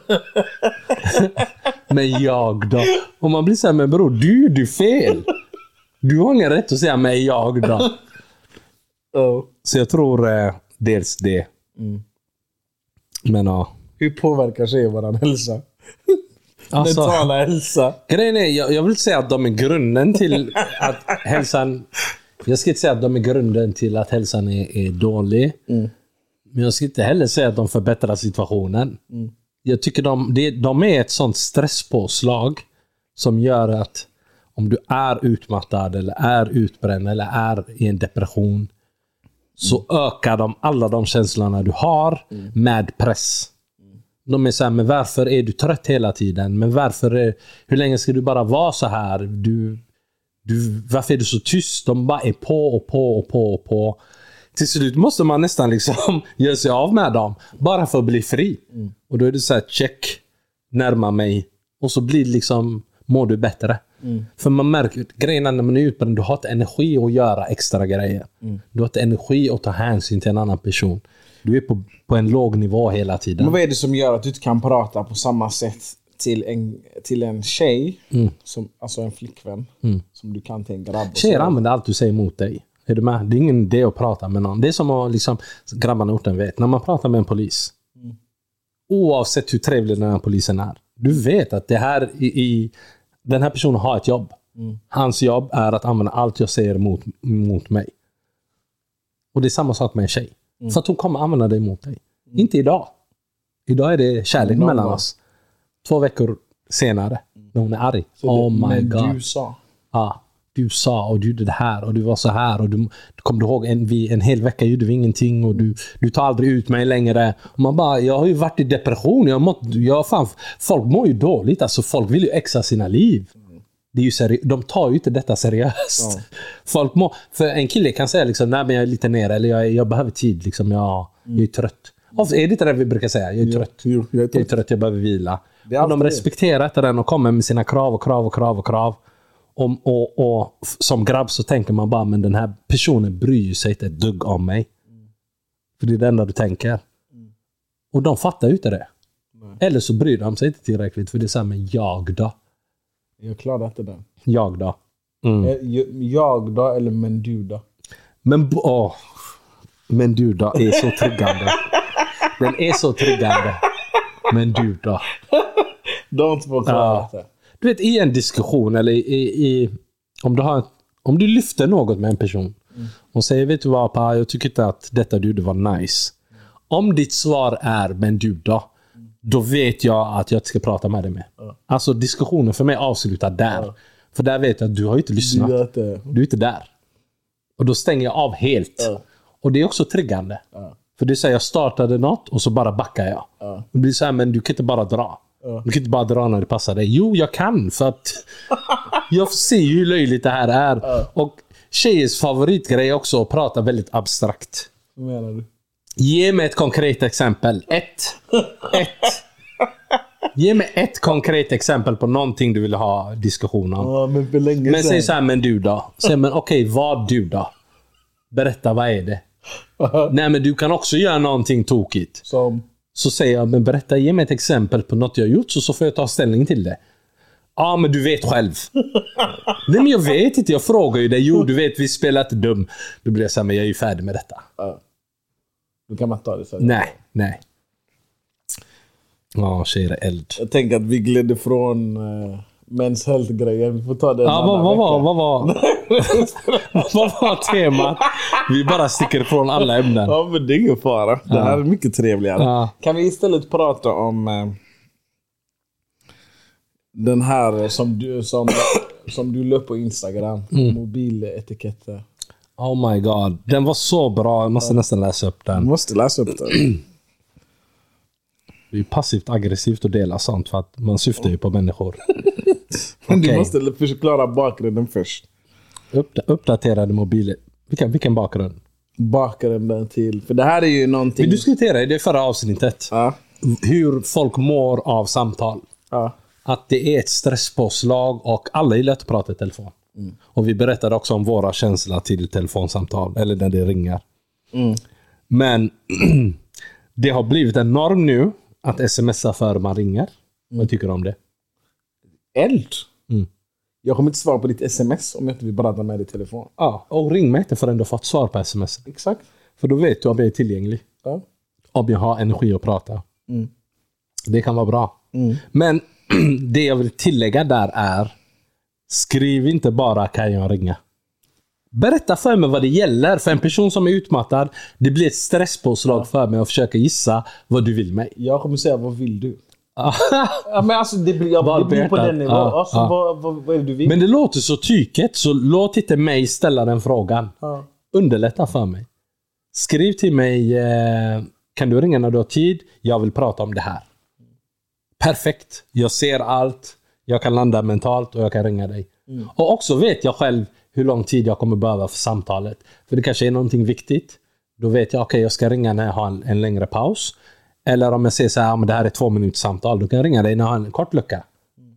Men jag då? Och man blir så här, men bror, du du fel. Du har ingen rätt att säga, men jag då? Oh. Så jag tror eh, dels det. Mm. Men ja. Hur påverkar sig våran hälsa? Alltså, Mentala hälsa. grejen är, jag, jag vill inte säga att de är grunden till att hälsan... Jag ska inte säga att de är grunden till att hälsan är, är dålig. Mm. Men jag ska inte heller säga att de förbättrar situationen. Mm. Jag tycker de, det, de är ett sånt stresspåslag som gör att om du är utmattad eller är utbränd eller är i en depression, så mm. ökar de alla de känslorna du har mm. med press. De är så här, men varför är du trött hela tiden? Men varför är, hur länge ska du bara vara så här? Du, du, varför är du så tyst? De bara är på och på och på och på. Till slut måste man nästan liksom göra sig av med dem. Bara för att bli fri. Mm. Och då är det så här, check, närma mig. Och så blir det liksom, mår du bättre. Mm. För man märker, grejerna när man är utbränd, du har inte energi att göra extra grejer. Mm. Du har inte energi att ta hänsyn till en annan person. Du är på, på en låg nivå hela tiden. Men vad är det som gör att du inte kan prata på samma sätt till en, till en tjej, mm. som, alltså en flickvän, mm. som du kan till en grabb? Tjejer använder allt du säger mot dig. Är du med? Det är ingen idé att prata med någon. Det är som att liksom, grabbarna orten vet. När man pratar med en polis, mm. oavsett hur trevlig den här polisen är, Du vet att det här i, i den här personen har ett jobb. Mm. Hans jobb är att använda allt jag säger mot, mot mig. Och det är samma sak med en tjej. Mm. För att hon kommer använda det mot dig. Mm. Inte idag. Idag är det kärlek mm. mellan oss. Två veckor senare. Mm. När hon är arg. Så oh det, my god. Du sa. Ja. Du sa och du gjorde det här och du var så här och du, du kom du ihåg en, vi, en hel vecka gjorde vi ingenting och du, du tar aldrig ut mig längre. Och man bara, jag har ju varit i depression. Jag mått, jag fan, folk mår ju dåligt. Alltså folk vill ju exa sina liv. Det är ju seri- de tar ju inte detta seriöst. Ja. Folk må, för en kille kan säga liksom, nej men jag är lite nere eller jag, jag behöver tid liksom, jag, mm. jag är trött. Och är det inte det vi brukar säga? Jag är trött. Jo, jag, är trött. jag är trött, jag behöver vila. Och de respekterar inte den och kommer med sina krav och krav och krav och krav. Och, och, och som grabb så tänker man bara, men den här personen bryr sig inte ett dugg om mig. Mm. För det är det enda du tänker. Mm. Och de fattar ju inte det. Nej. Eller så bryr de sig inte tillräckligt, för det är så här med jag då. Jag klarar inte den. Jag då. Mm. Jag då eller men du då? Men, åh, men du då är så tryggande. Den är så tryggande. Men du då. Don't förklara ja. Du vet, i en diskussion eller i, i, om, du har, om du lyfter något med en person mm. och säger, vet du vad pa, jag tycker inte att detta du det var nice. Mm. Om ditt svar är men du då, mm. då vet jag att jag ska prata med dig med. Mm. Alltså diskussionen för mig avslutar där. Mm. För där vet jag att du har inte lyssnat. Du är inte, du är inte där. Och då stänger jag av helt. Mm. Och det är också triggande. Mm. För det säger jag startade något och så bara backar jag. Mm. Det blir så här, men du kan inte bara dra. Uh. Du kan inte bara dra när det passar dig. Jo, jag kan, för att jag ser ju hur löjligt det här är. Uh. Och tjejers favoritgrej är också att prata väldigt abstrakt. Vad menar du? Ge mig ett konkret exempel. Ett. Ett. Ge mig ett konkret exempel på någonting du vill ha diskussion om. Uh, men för länge men säg så här, men du då? Säg, men okej, okay, vad du då? Berätta, vad är det? Uh. Nej, men du kan också göra någonting tokigt. Som... Så säger jag, men berätta, ge mig ett exempel på något jag har gjort, så, så får jag ta ställning till det. Ja, ah, men du vet själv. Nej, men jag vet inte, jag frågar ju dig. Jo, du vet, vi spelar inte dum. Då blir jag så här, men jag är ju färdig med detta. Ja. Du kan man ta det så. Nej, nej. Ja, tjejer är eld. Jag tänker att vi gled från uh, Men's Health-grejen. Vi får ta det. Ja, vad, vad, vad, vad var vad var temat? Vi bara sticker från alla ämnen. Ja, men det är ingen fara. Det här ja. är mycket trevligare. Ja. Kan vi istället prata om uh, den här som du, som, som du la upp på Instagram. Mm. Mobiletiketter. Oh my god. Den var så bra. Jag måste ja. nästan läsa upp den. Du måste läsa upp den. Det är passivt aggressivt att dela sånt, för att man syftar ju på människor. Men okay. Du måste förklara bakgrunden först. Uppda- uppdaterade mobiler. Vilken, vilken bakgrund? Bakgrunden till. För det här är ju någonting... Vi diskuterade i det förra avsnittet. Ja. Hur folk mår av samtal. Ja. Att det är ett stresspåslag och alla är lätt att prata i telefon. Mm. Och vi berättade också om våra känslor till telefonsamtal. Eller när det ringer. Mm. Men det har blivit en norm nu att smsa för man ringer. Mm. Vad tycker du om det? Eld? Mm. Jag kommer inte svara på ditt sms om jag inte vill prata med dig i telefon. Ja, och ring mig inte förrän du har fått svar på sms. Exakt. För då vet du om jag är tillgänglig. Ja. Om jag har energi att prata. Mm. Det kan vara bra. Mm. Men det jag vill tillägga där är, skriv inte bara kan jag ringa. Berätta för mig vad det gäller. För en person som är utmattad, det blir ett stresspåslag ja. för mig att försöka gissa vad du vill mig. Jag kommer säga, vad vill du? Ja, men alltså det blir, jag, det blir på den nivån. Ja, alltså, ja. Vad, vad, vad är det du vill? Men det låter så tyket, så låt inte mig ställa den frågan. Ja. Underlätta för mig. Skriv till mig, eh, kan du ringa när du har tid? Jag vill prata om det här. Perfekt. Jag ser allt. Jag kan landa mentalt och jag kan ringa dig. Mm. Och också vet jag själv hur lång tid jag kommer behöva för samtalet. För det kanske är någonting viktigt. Då vet jag, okej, okay, jag ska ringa när jag har en, en längre paus. Eller om jag säger så här, men det här är två minuters samtal, då kan jag ringa dig när jag har en kort lucka. Mm.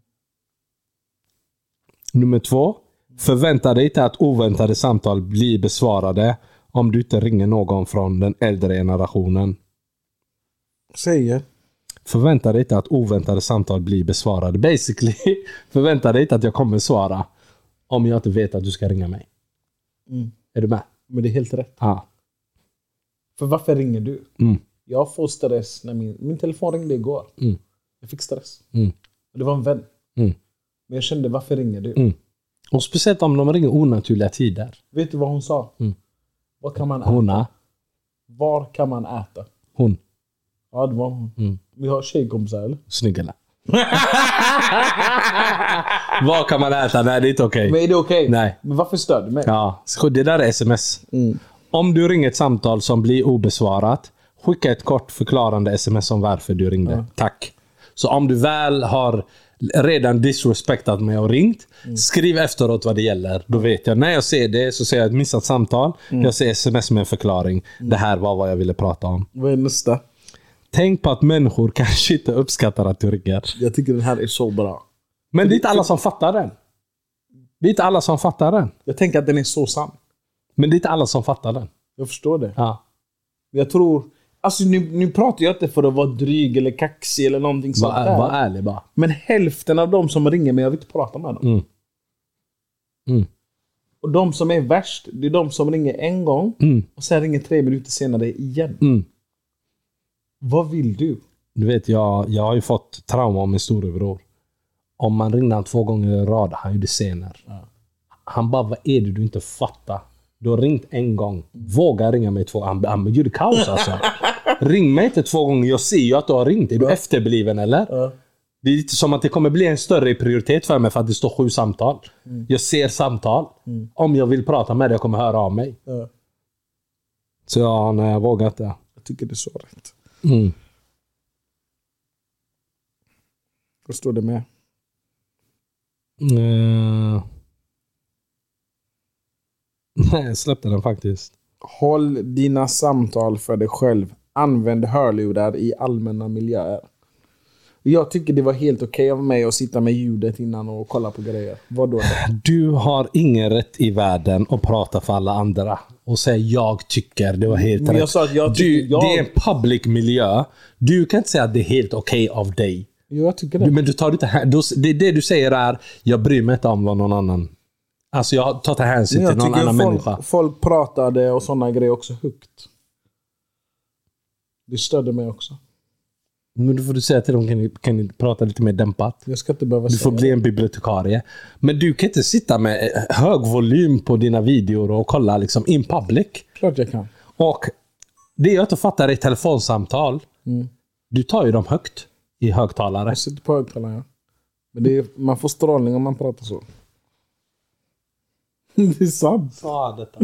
Nummer två. Förvänta dig inte att oväntade samtal blir besvarade om du inte ringer någon från den äldre generationen. Säger. Förvänta dig inte att oväntade samtal blir besvarade. Basically, förvänta dig inte att jag kommer svara om jag inte vet att du ska ringa mig. Mm. Är du med? Men det är helt rätt. Ja. För varför ringer du? Mm. Jag får stress när min, min telefon ringde igår. Mm. Jag fick stress. Mm. Det var en vän. Mm. Men jag kände, varför ringer du? Mm. Och speciellt om de ringer onaturliga tider. Vet du vad hon sa? Mm. Vad kan man äta? Hona. Var kan man äta? Hon. Ja, det var hon. Mm. Vi har tjejkompisar, eller? Snygg eller? Vad kan man äta? Nej, det är inte okej. Men är det okej? Nej. Men varför stör du mig? Ja, så det där är sms. Mm. Om du ringer ett samtal som blir obesvarat, skicka ett kort förklarande sms om varför du ringde. Ja. Tack. Så om du väl har redan disrespektat mig och ringt, mm. skriv efteråt vad det gäller. Då vet jag. När jag ser det så ser jag ett missat samtal. Mm. Jag ser sms med en förklaring. Mm. Det här var vad jag ville prata om. Vad är nästa? Tänk på att människor kanske inte uppskattar att du ringer. Jag tycker den här är så bra. Men det är inte alla som fattar den. Det är inte alla som fattar den. Jag tänker att den är så sann. Men det är inte alla som fattar den. Jag förstår det. Ja. Jag tror... Alltså nu, nu pratar jag inte för att vara dryg eller kaxig eller någonting sånt där. Var ärlig bara. Men hälften av de som ringer mig, jag vill inte prata med dem. Mm. Mm. Och de som är värst, det är de som ringer en gång Mm. och sen ringer tre minuter senare igen. Mm. Vad vill du? Du vet, jag, jag har ju fått trauma om min storebror. Om man ringde han två gånger i rad, han gjorde scener. Ja. Han bara, vad är det du inte fattar? Du har ringt en gång. Våga ringa mig två gånger. Han, han gjorde kaos alltså. Ring mig inte två gånger. Jag ser ju att du har ringt. Är du efterbliven eller? Ja. Det är lite som att det kommer bli en större prioritet för mig för att det står sju samtal. Mm. Jag ser samtal. Mm. Om jag vill prata med dig, jag kommer höra av mig. Ja. Så ja, nej, jag vågar inte. Jag tycker det är så rätt. Mm. Vad står det med? Uh... Nej, jag släppte den faktiskt. Håll dina samtal för dig själv. Använd hörlurar i allmänna miljöer. Jag tycker det var helt okej av mig att sitta med ljudet innan och kolla på grejer. Vad då? Du har ingen rätt i världen att prata för alla andra och säga jag tycker det var helt Men rätt. Jag sa att jag du, jag... Det är en public miljö. Du kan inte säga att det är helt okej av dig. Jo, jag tycker det. Du, men du tar inte här. Det, det du säger är jag bryr mig inte om vad någon annan. Alltså jag tar till hänsyn till någon annan folk, människa. Folk pratade och sådana grejer också högt. Det stödde mig också. Men då får du säga till dem, kan ni, kan ni prata lite mer dämpat? Jag ska inte behöva Du får säga bli det. en bibliotekarie. Men du kan inte sitta med hög volym på dina videor och kolla liksom in public. Klart jag kan. Och det jag inte fattar är telefonsamtal. Mm. Du tar ju dem högt i högtalare. Jag sitter på högtalare, ja. Men det är, man får strålning om man pratar så. Det är sant. Ja, detta.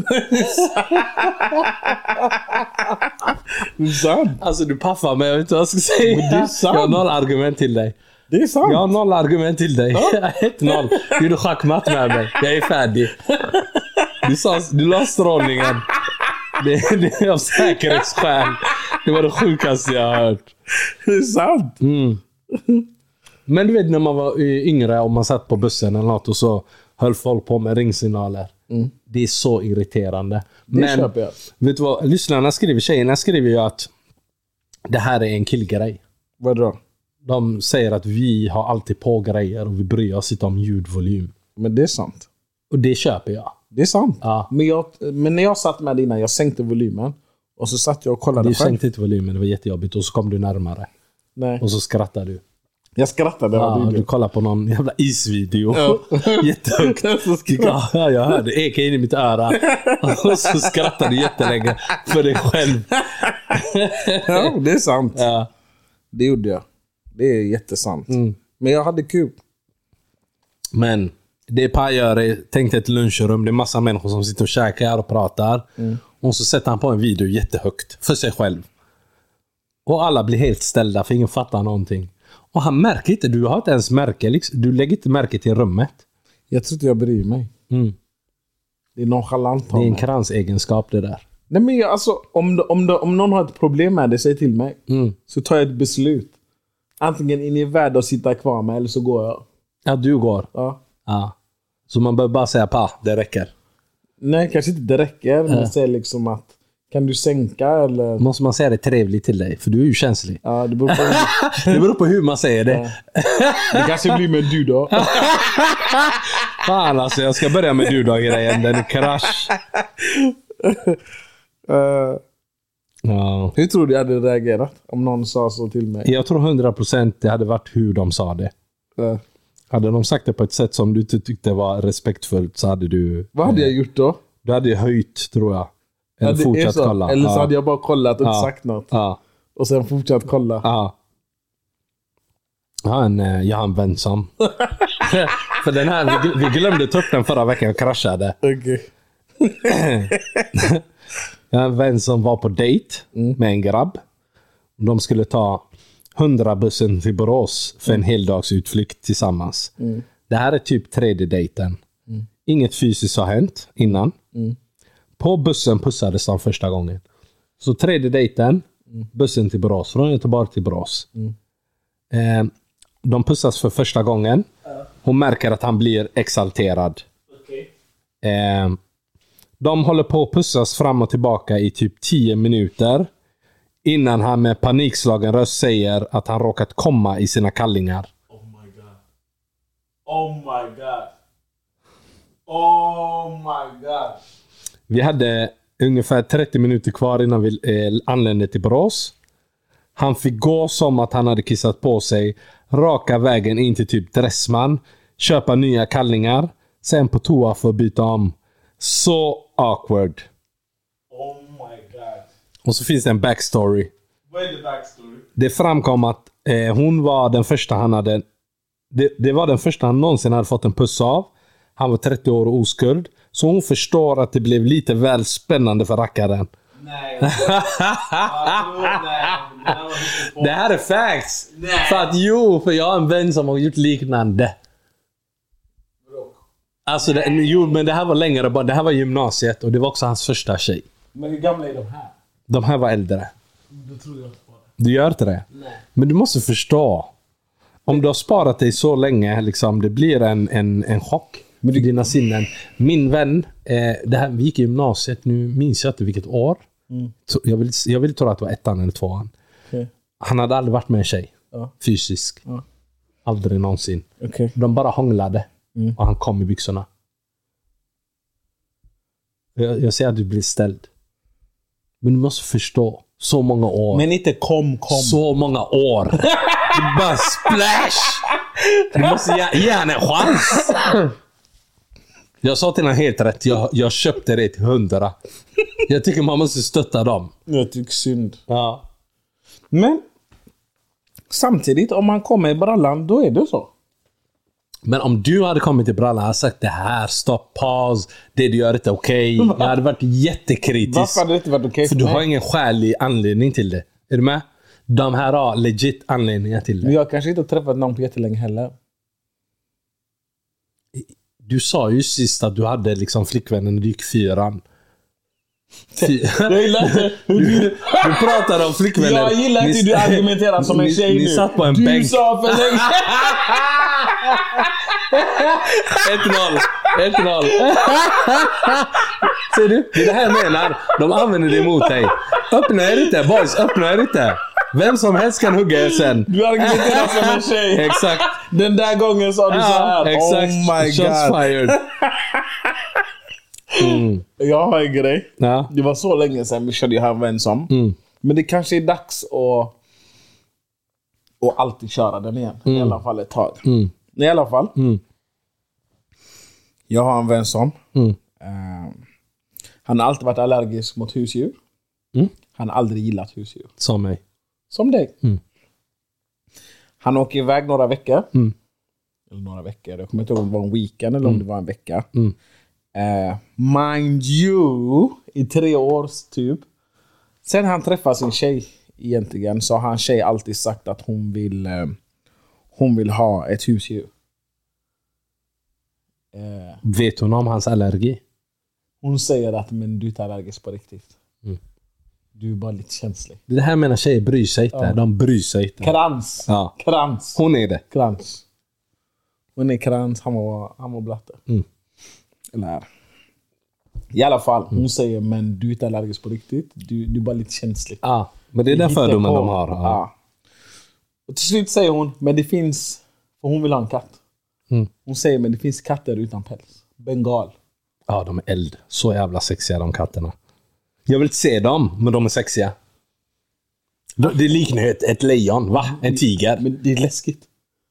Det är sant. Alltså du paffar mig, jag vet inte vad jag ska säga. Men det är sant. Jag har noll argument till dig. Det är sant. Jag har noll argument till dig. ett noll. Du gjorde schackmatt med mig. Jag är färdig. Du, sa, du la strålningen. Det, det är av säkerhetsskäl. Det var det sjukaste jag har hört. Det är sant. Mm. Men du vet när man var yngre och man satt på bussen eller något och så höll folk på med ringsignaler. Mm. Det är så irriterande. Det Men köper jag. vet du vad? Lyssnarna skriver, tjejerna skriver ju att det här är en killgrej. Vad då? De säger att vi har alltid på grejer och vi bryr oss inte om ljudvolym. Men det är sant. Och det köper jag. Det är sant. Ja. Men, jag, men när jag satt med innan, jag sänkte volymen. Och så satt jag och kollade Du själv. sänkte inte volymen, det var jättejobbigt. Och så kom du närmare. Nej. Och så skrattade du. Jag skrattade. Ja, Ja, du kollar på någon jävla isvideo. Ja. Jättehögt. Ja, jag hörde. Det ekade in i mitt öra. Och så skrattade du jättelänge för dig själv. Ja, det är sant. Ja. Det gjorde jag. Det är jättesant. Mm. Men jag hade kul. Men det är pajare. Tänk dig ett lunchrum. Det är massa människor som sitter och käkar och pratar. Mm. Och så sätter han på en video jättehögt för sig själv. Och alla blir helt ställda för ingen fattar någonting. Och han märker inte. Du har inte ens märke. Liksom. Du lägger inte märke till rummet. Jag tror inte jag bryr mig. Mm. Det är nonchalant. Det är en kransegenskap det där. Nej, men jag, alltså, om, det, om, det, om någon har ett problem med det, säg till mig. Mm. Så tar jag ett beslut. Antingen är ni värd att sitta kvar med eller så går jag. Ja, du går. Ja. Ja. Så man behöver bara säga, pa, det räcker. Nej, kanske inte det räcker. Men Ja. säg liksom att kan du sänka eller... Måste man säga det trevligt till dig? För du är ju känslig. Ja, det beror på... Det beror på hur man säger det. Ja. Det kanske blir med du då. Fan alltså, jag ska börja med du då grejen. Den är krasch. Uh, Ja. hur tror du jag hade reagerat om någon sa så till mig? Jag tror hundra procent det hade varit hur de sa det. Ja. Hade de sagt det på ett sätt som du inte tyckte var respektfullt så hade du... Vad hade jag gjort då? Du hade höjt, tror jag. Eller Ja, det är fortsatt så. kolla. Eller så Ja. hade jag bara kollat och inte Ja. sagt något. Ja. Och sen fortsatt kolla. Ja. Jag har en, eh, jag har en vän som... För den här, vi, vi glömde ta upp den förra veckan och kraschade. Okej. Jag har en vän som var på dejt med en grabb. De skulle ta hundra bussen till Borås för en heldagsutflykt tillsammans. Mm. Det här är typ tredje dejten. Mm. Inget fysiskt har hänt innan. Mm. På bussen pussades de första gången. Så tredje dejten, mm. bussen till Borås. Från Göteborg till Borås. Mm. Eh, de pussas för första gången. Hon märker att han blir exalterad. Okay. Eh, de håller på att pussas fram och tillbaka i typ tio minuter. Innan han med panikslagen röst säger att han råkat komma i sina kallingar. Oh my god. Oh my god. Oh my god. Vi hade ungefär trettio minuter kvar innan vi eh, anlände till Borås. Han fick gå som att han hade kissat på sig. Raka vägen in till typ Dressman. Köpa nya kallingar. Sen på toa för att byta om. Så awkward. Oh my god. Och så finns det en backstory. Vad är det backstory? Det framkom att eh, hon var den första han hade... Det, det var den första han någonsin hade fått en puss av. Han var trettio år och oskuld. Så hon förstår att det blev lite väl spännande för rackaren. Nej. Alltså, nej. Det här är facts. Nej. För att jo, för jag har en vän som har gjort liknande. Alltså, det, jo, men det här var längre bara. Det här var gymnasiet och det var också hans första tjej. Men hur gamla är de här? De här var äldre. Då tror jag inte på det. Du gör inte det? Nej. Men du måste förstå. Om du har sparat dig så länge, liksom, det blir en, en, en chock med dina sinnen. Min vän, eh, det här, vi gick i gymnasiet, nu minns jag inte vilket år. Mm. Så jag, vill, jag vill tro att det var ettan eller tvåan. Okay. Han hade aldrig varit med en tjej. Ja. Fysisk. Ja. Aldrig någonsin. Okay. De bara hånglade. Mm. Och han kom i byxorna. Jag, jag ser att du blir ställd. Men du måste förstå. Så många år. Men inte kom, kom. Så många år. Du bara splash. Du måste ge, ge henne en chans. Jag sa till henne helt rätt. Jag, jag köpte det till hundra. Jag tycker man måste stötta dem. Jag tycker synd. Ja. Men samtidigt, om man kommer i brallan, då är det så. Men om du hade kommit till brallan och sagt det här, stopp, paus, det du gör är inte okej. Okay. Jag hade varit jättekritisk. Varför hade det inte varit okej okay för, för för mig? du har ingen skälig anledning till det. Är du med? De här har legit anledningar till det. Men jag kanske inte har träffat någon på jättelänge heller. Du sa ju sist att du hade liksom flickvännen och du gick fyran. Fy... Jag gillar inte hur du, du pratade om flickvänner. Jag gillar inte hur du argumenterar som en ni, tjej ni nu. Satt på en du bänk. sa för länge. ett noll. ett noll. Ser du? Det är det här jag menar. De använder det emot dig. Öppna er inte, boys. Öppna er inte. Vem som helst kan hugga er sen. Du argumenterar som en tjej. Exakt. Den där gången sa du ja, så här. Exakt. Oh my Shots god. fired. Mm. Jag har en grej. Ja. Det var så länge sedan vi körde här vän som. Mm. Men det kanske är dags att och alltid köra den igen. Mm. I alla fall ett tag. Mm. I alla fall. Mm. Jag har en vän som. Mm. Uh, han har alltid varit allergisk mot husdjur. Mm. Han har aldrig gillat husdjur. Som mig. Som dig. Mm. Han åker iväg några veckor. Mm. Eller några veckor. Jag kommer inte ihåg om det var en weekend eller om Mm. det var en vecka. Mm. Uh, mind you, i tre års typ. Sen han träffade sin tjej egentligen så har hans tjej alltid sagt att hon vill uh, hon vill ha ett husdjur. Uh, Vet hon om hans allergi? hon säger att men du är inte allergisk på riktigt. Mm. Du är bara lite känslig. Det här menar tjejer bryr sig inte. Ja. De bryr sig inte. Krans. Ja. Krans. Hon är det. Krans. Hon är krans. Han var, han var blatte. Mm. Eller i alla fall. Hon säger men du är inte allergisk på riktigt. Du, du är bara lite känslig. Ja, men det är den hittar fördomen på. de har. Ja. Ja. Och till slut säger hon, men det finns, för hon vill ha en katt. Mm. Hon säger, men det finns katter utan päls. Bengal. Ja, de är eld. Så jävla sexiga de katterna. Jag vill inte se dem, men de är sexiga. Det liknar ett, ett lejon, va? En tiger. Men det är läskigt.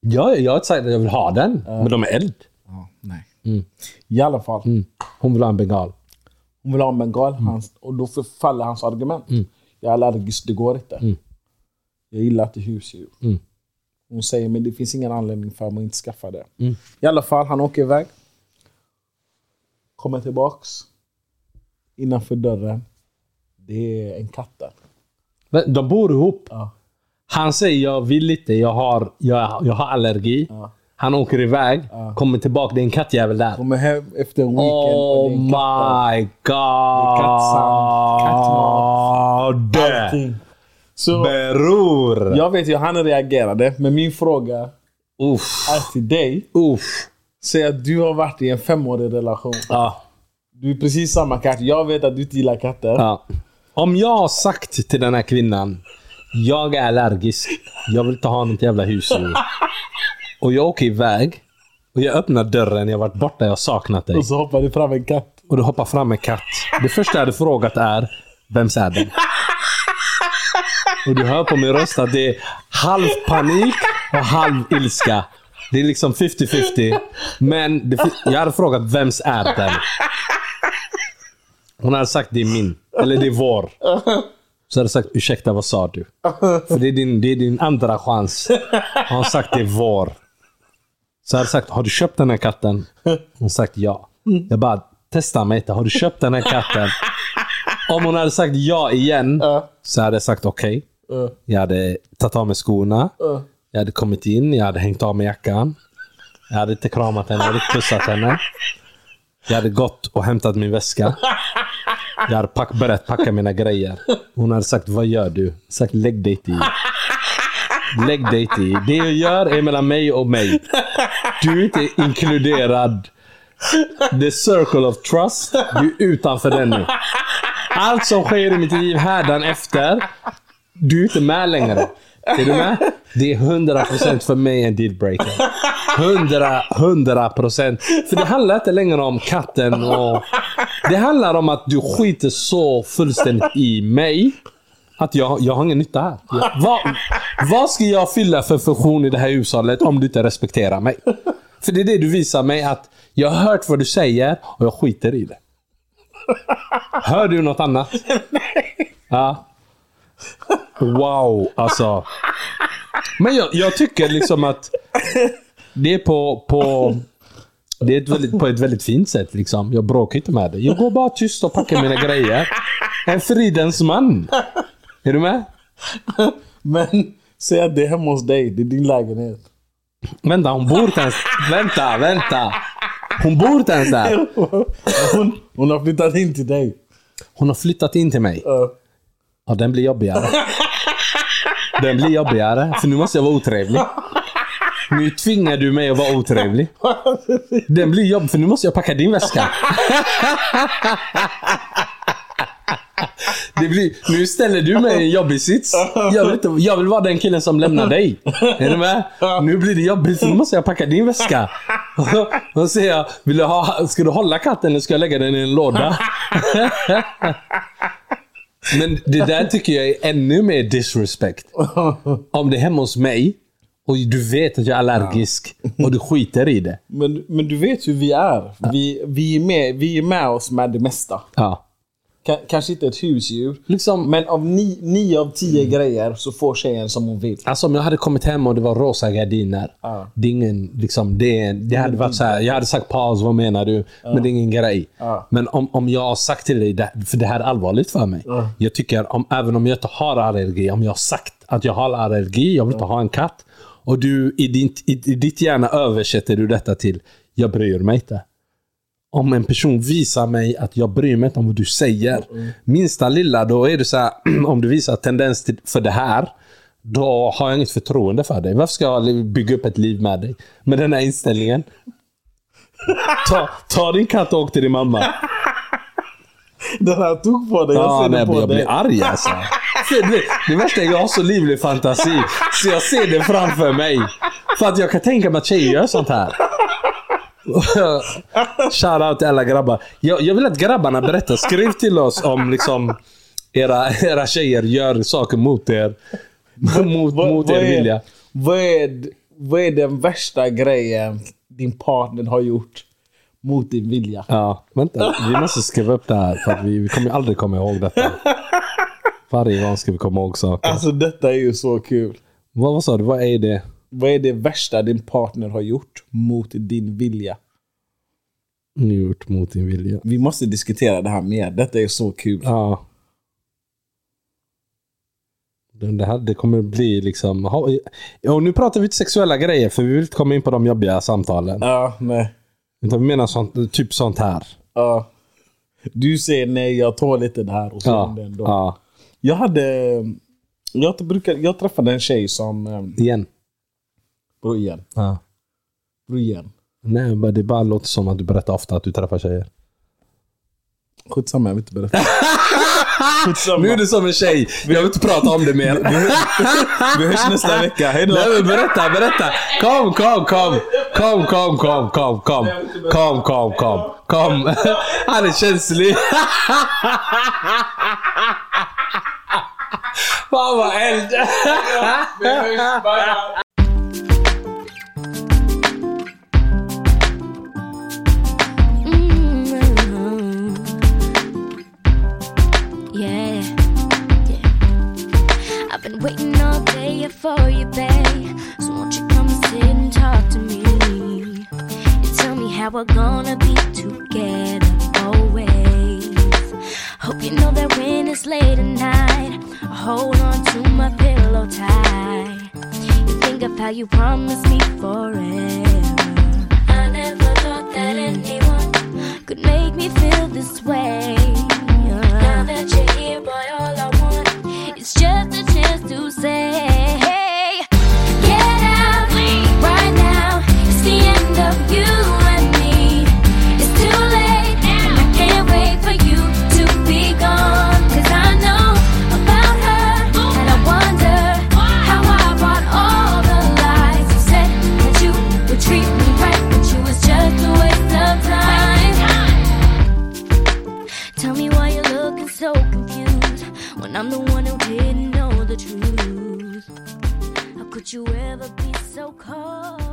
Ja, jag har inte sagt att jag vill ha den. Uh. Men de är eld. Ja, nej. Mm. I alla fall. Mm. Hon vill ha en bengal. Hon vill ha en bengal. Mm. Hans, och då förfaller hans argument. Mm. Jag är allergisk, det går inte. Mm. Jag gillar inte husdjur. Mm. Hon säger, men det finns ingen anledning för mig att inte skaffa det. Mm. I alla fall, han åker iväg. Kommer tillbaks. Innanför dörren. Det är en katt där. De bor ihop. Ja. Han säger, jag vill inte, jag har, jag, jag har allergi. Ja. Han åker iväg, ja. Kommer tillbaka, det är en kattjävel där. Kommer hem efter en weekend. Oh och det är en my god. Det är kattsand, kattmat, allting. Så, Beror. Jag vet ju han reagerade, men min fråga Uff. är till dig. Uff. Säg att du har varit i en femårig relation. Ja. Du är precis samma katt. Jag vet att du inte gillar katter. Ja. Om jag har sagt till den här kvinnan, jag är allergisk, jag vill inte ha något jävla husdjur. Och jag åker iväg och jag öppnar dörren, jag har varit borta, jag har saknat dig. Och så hoppar det fram en katt. Och du hoppar fram en katt. Det första jag hade frågat är, vems är den? Och du hör på min röst att det är halv panik och halv ilska. Det är liksom femtio femtio. Men det, jag hade frågat, vems är den? Hon hade sagt, det är min. Eller det är vår. Så hade jag sagt, ursäkta, vad sa du? För det är din, det är din andra chans. Hon har sagt, det är vår. Så jag hade sagt, har du köpt den här katten? Hon har sagt ja. Jag bara, testa mig inte. Har du köpt den här katten? Om hon hade sagt ja igen, så hade jag sagt okej. Okay. Jag hade tagit av mig skorna. Jag hade kommit in, jag hade hängt av mig jackan. Jag hade inte kramat henne, jag hade inte pussat henne. Jag hade gått och hämtat min väska. Jag hade pack, börjat packa mina grejer. Hon hade sagt, vad gör du? Jag hade sagt, lägg dig i. Lägg dig i. Det jag gör är mellan mig och mig. Du är inte inkluderad. The circle of trust. Du är utanför den nu. Allt som sker i mitt liv härdan efter, du är inte med längre. Är du med? Det är hundra procent för mig en dealbreaker. Hundra, hundra procent. För det handlar inte längre om katten och... Det handlar om att du skiter så fullständigt i mig att jag, jag har ingen nytta här. Jag, vad, vad ska jag fylla för funktion i det här hushållet om du inte respekterar mig? För det är det du visar mig, att jag har hört vad du säger och jag skiter i det. Hör du något annat? Ja. Wow, alltså. Men jag, jag tycker liksom att det är på, på det är ett väldigt, på ett väldigt fint sätt liksom. Jag bråkar inte med det. Jag går bara tyst och packar mina grejer. En fridens man. Är du med? Men säg att det är hemma hos dig. Det är din lägenhet. Vänta, hon bor inte ens. Vänta, vänta. Hon bor inte ens där. Hon, hon har flyttat in till dig. Hon har flyttat in till mig. Uh. Ja, den blir jobbigare. Den blir jobbigare. För nu måste jag vara otrevlig. Nu tvingar du mig att vara otrevlig. Den blir jobb, för nu måste jag packa din väska. Det blir, nu ställer du mig i en jobbig sits. Jag vill, inte, jag vill vara den killen som lämnar dig. Är du med? Nu blir det jobbigt, för nu måste jag packa din väska. Då säger jag, vill du ha, ska du hålla katten eller ska jag lägga den i en låda? Men det där tycker jag är ännu mer disrespect. Om det är hemma hos mig och du vet att jag är allergisk och du skiter i det. Men, men du vet hur vi är. Vi, vi, är med, vi är med oss med det mesta. Ja. K- kanske inte ett husdjur. Liksom, men av ni, nio av tio mm. grejer så får tjejen som hon vill. Alltså om jag hade kommit hem och det var rosa gardiner. Ja. Det är ingen, liksom, det, det hade varit så här. Jag hade sagt paus, vad menar du? Ja. Men det är ingen grej. Ja. Men om, om jag har sagt till dig, det, för det här är allvarligt för mig. Ja. Jag tycker, om, även om jag inte har allergi, om jag har sagt att jag har allergi, jag vill inte ja. ha en katt. Och du i, din, i, i ditt hjärna översätter du detta till, jag bryr mig inte. Om en person visar mig att jag bryr mig inte om vad du säger. Mm. Minsta lilla, då är det så här, om du visar tendens till, för det här, då har jag inget förtroende för dig. Varför ska jag bygga upp ett liv med dig? Med den här inställningen. Ta, ta din katt och åk till din mamma. Den här tog på dig. Jag ja, ser nej, det på jag dig. blir arg alltså. Det, det värsta är att jag har så livlig fantasi. Så jag ser det framför mig. För att jag kan tänka mig att tjejer gör sånt här. Shout out till alla grabbar. Jag, jag vill att grabbarna berättar. Skriv till oss om liksom era, era tjejer gör saker mot er. Mot, vad, mot vad er är, vilja. Vad är, Vad är den värsta grejen din partner har gjort mot din vilja? Ja, vänta. Vi måste skriva upp det här för att vi, vi kommer aldrig komma ihåg detta. Varje gång ska vi komma ihåg saker. Alltså detta är ju så kul. Vad, vad sa du? Vad är det? Vad är det värsta din partner har gjort mot din vilja? Gjort mot din vilja. Vi måste diskutera det här mer. Detta är så kul. Ja. Det, här, det kommer bli liksom... Och nu pratar vi inte sexuella grejer för vi vill inte komma in på de jobbiga samtalen. Ja, nej. Utan vi menar sånt, typ sånt här. Ja. Du säger nej, jag tar lite det här och så Ja, det ändå. ja. Jag hade... Jag, brukar, jag träffade en tjej som... Um, Igen. Bro igen. Ja. Bro igen. Nej, men det bara låter som att du berättar ofta att du träffar tjejer. Skitsamma, jag vill inte berätta. Skitsamma. Nu är du som en tjej. Jag vill inte prata om det mer. Vi hörs nästa vecka. Hej då. Nej, men berätta, berätta. Kom, kom, kom. Kom, kom, kom, kom, kom. Kom, kom, kom. Kom. Han är känslig. Fan vad eld. Vi hörs, bye. Been waiting all day for you, babe. So won't you come sit and talk to me and tell me how we're gonna be together always. Hope you know that when it's late at night, I hold on to my pillow tight. You think of how you promised me forever. I never thought that anyone could make me feel this way. Now that you're here, boy, all I want is just a chance to say, hey, get out right now. It's the end of you and me. It's too late and I can't wait for you to be gone. Cause I know about her and I wonder how I brought all the lies. You said that you would treat me right, but you was just a waste of time. Tell me why you're looking so confused when I'm the one who didn't know the truth. How could you ever be so cold?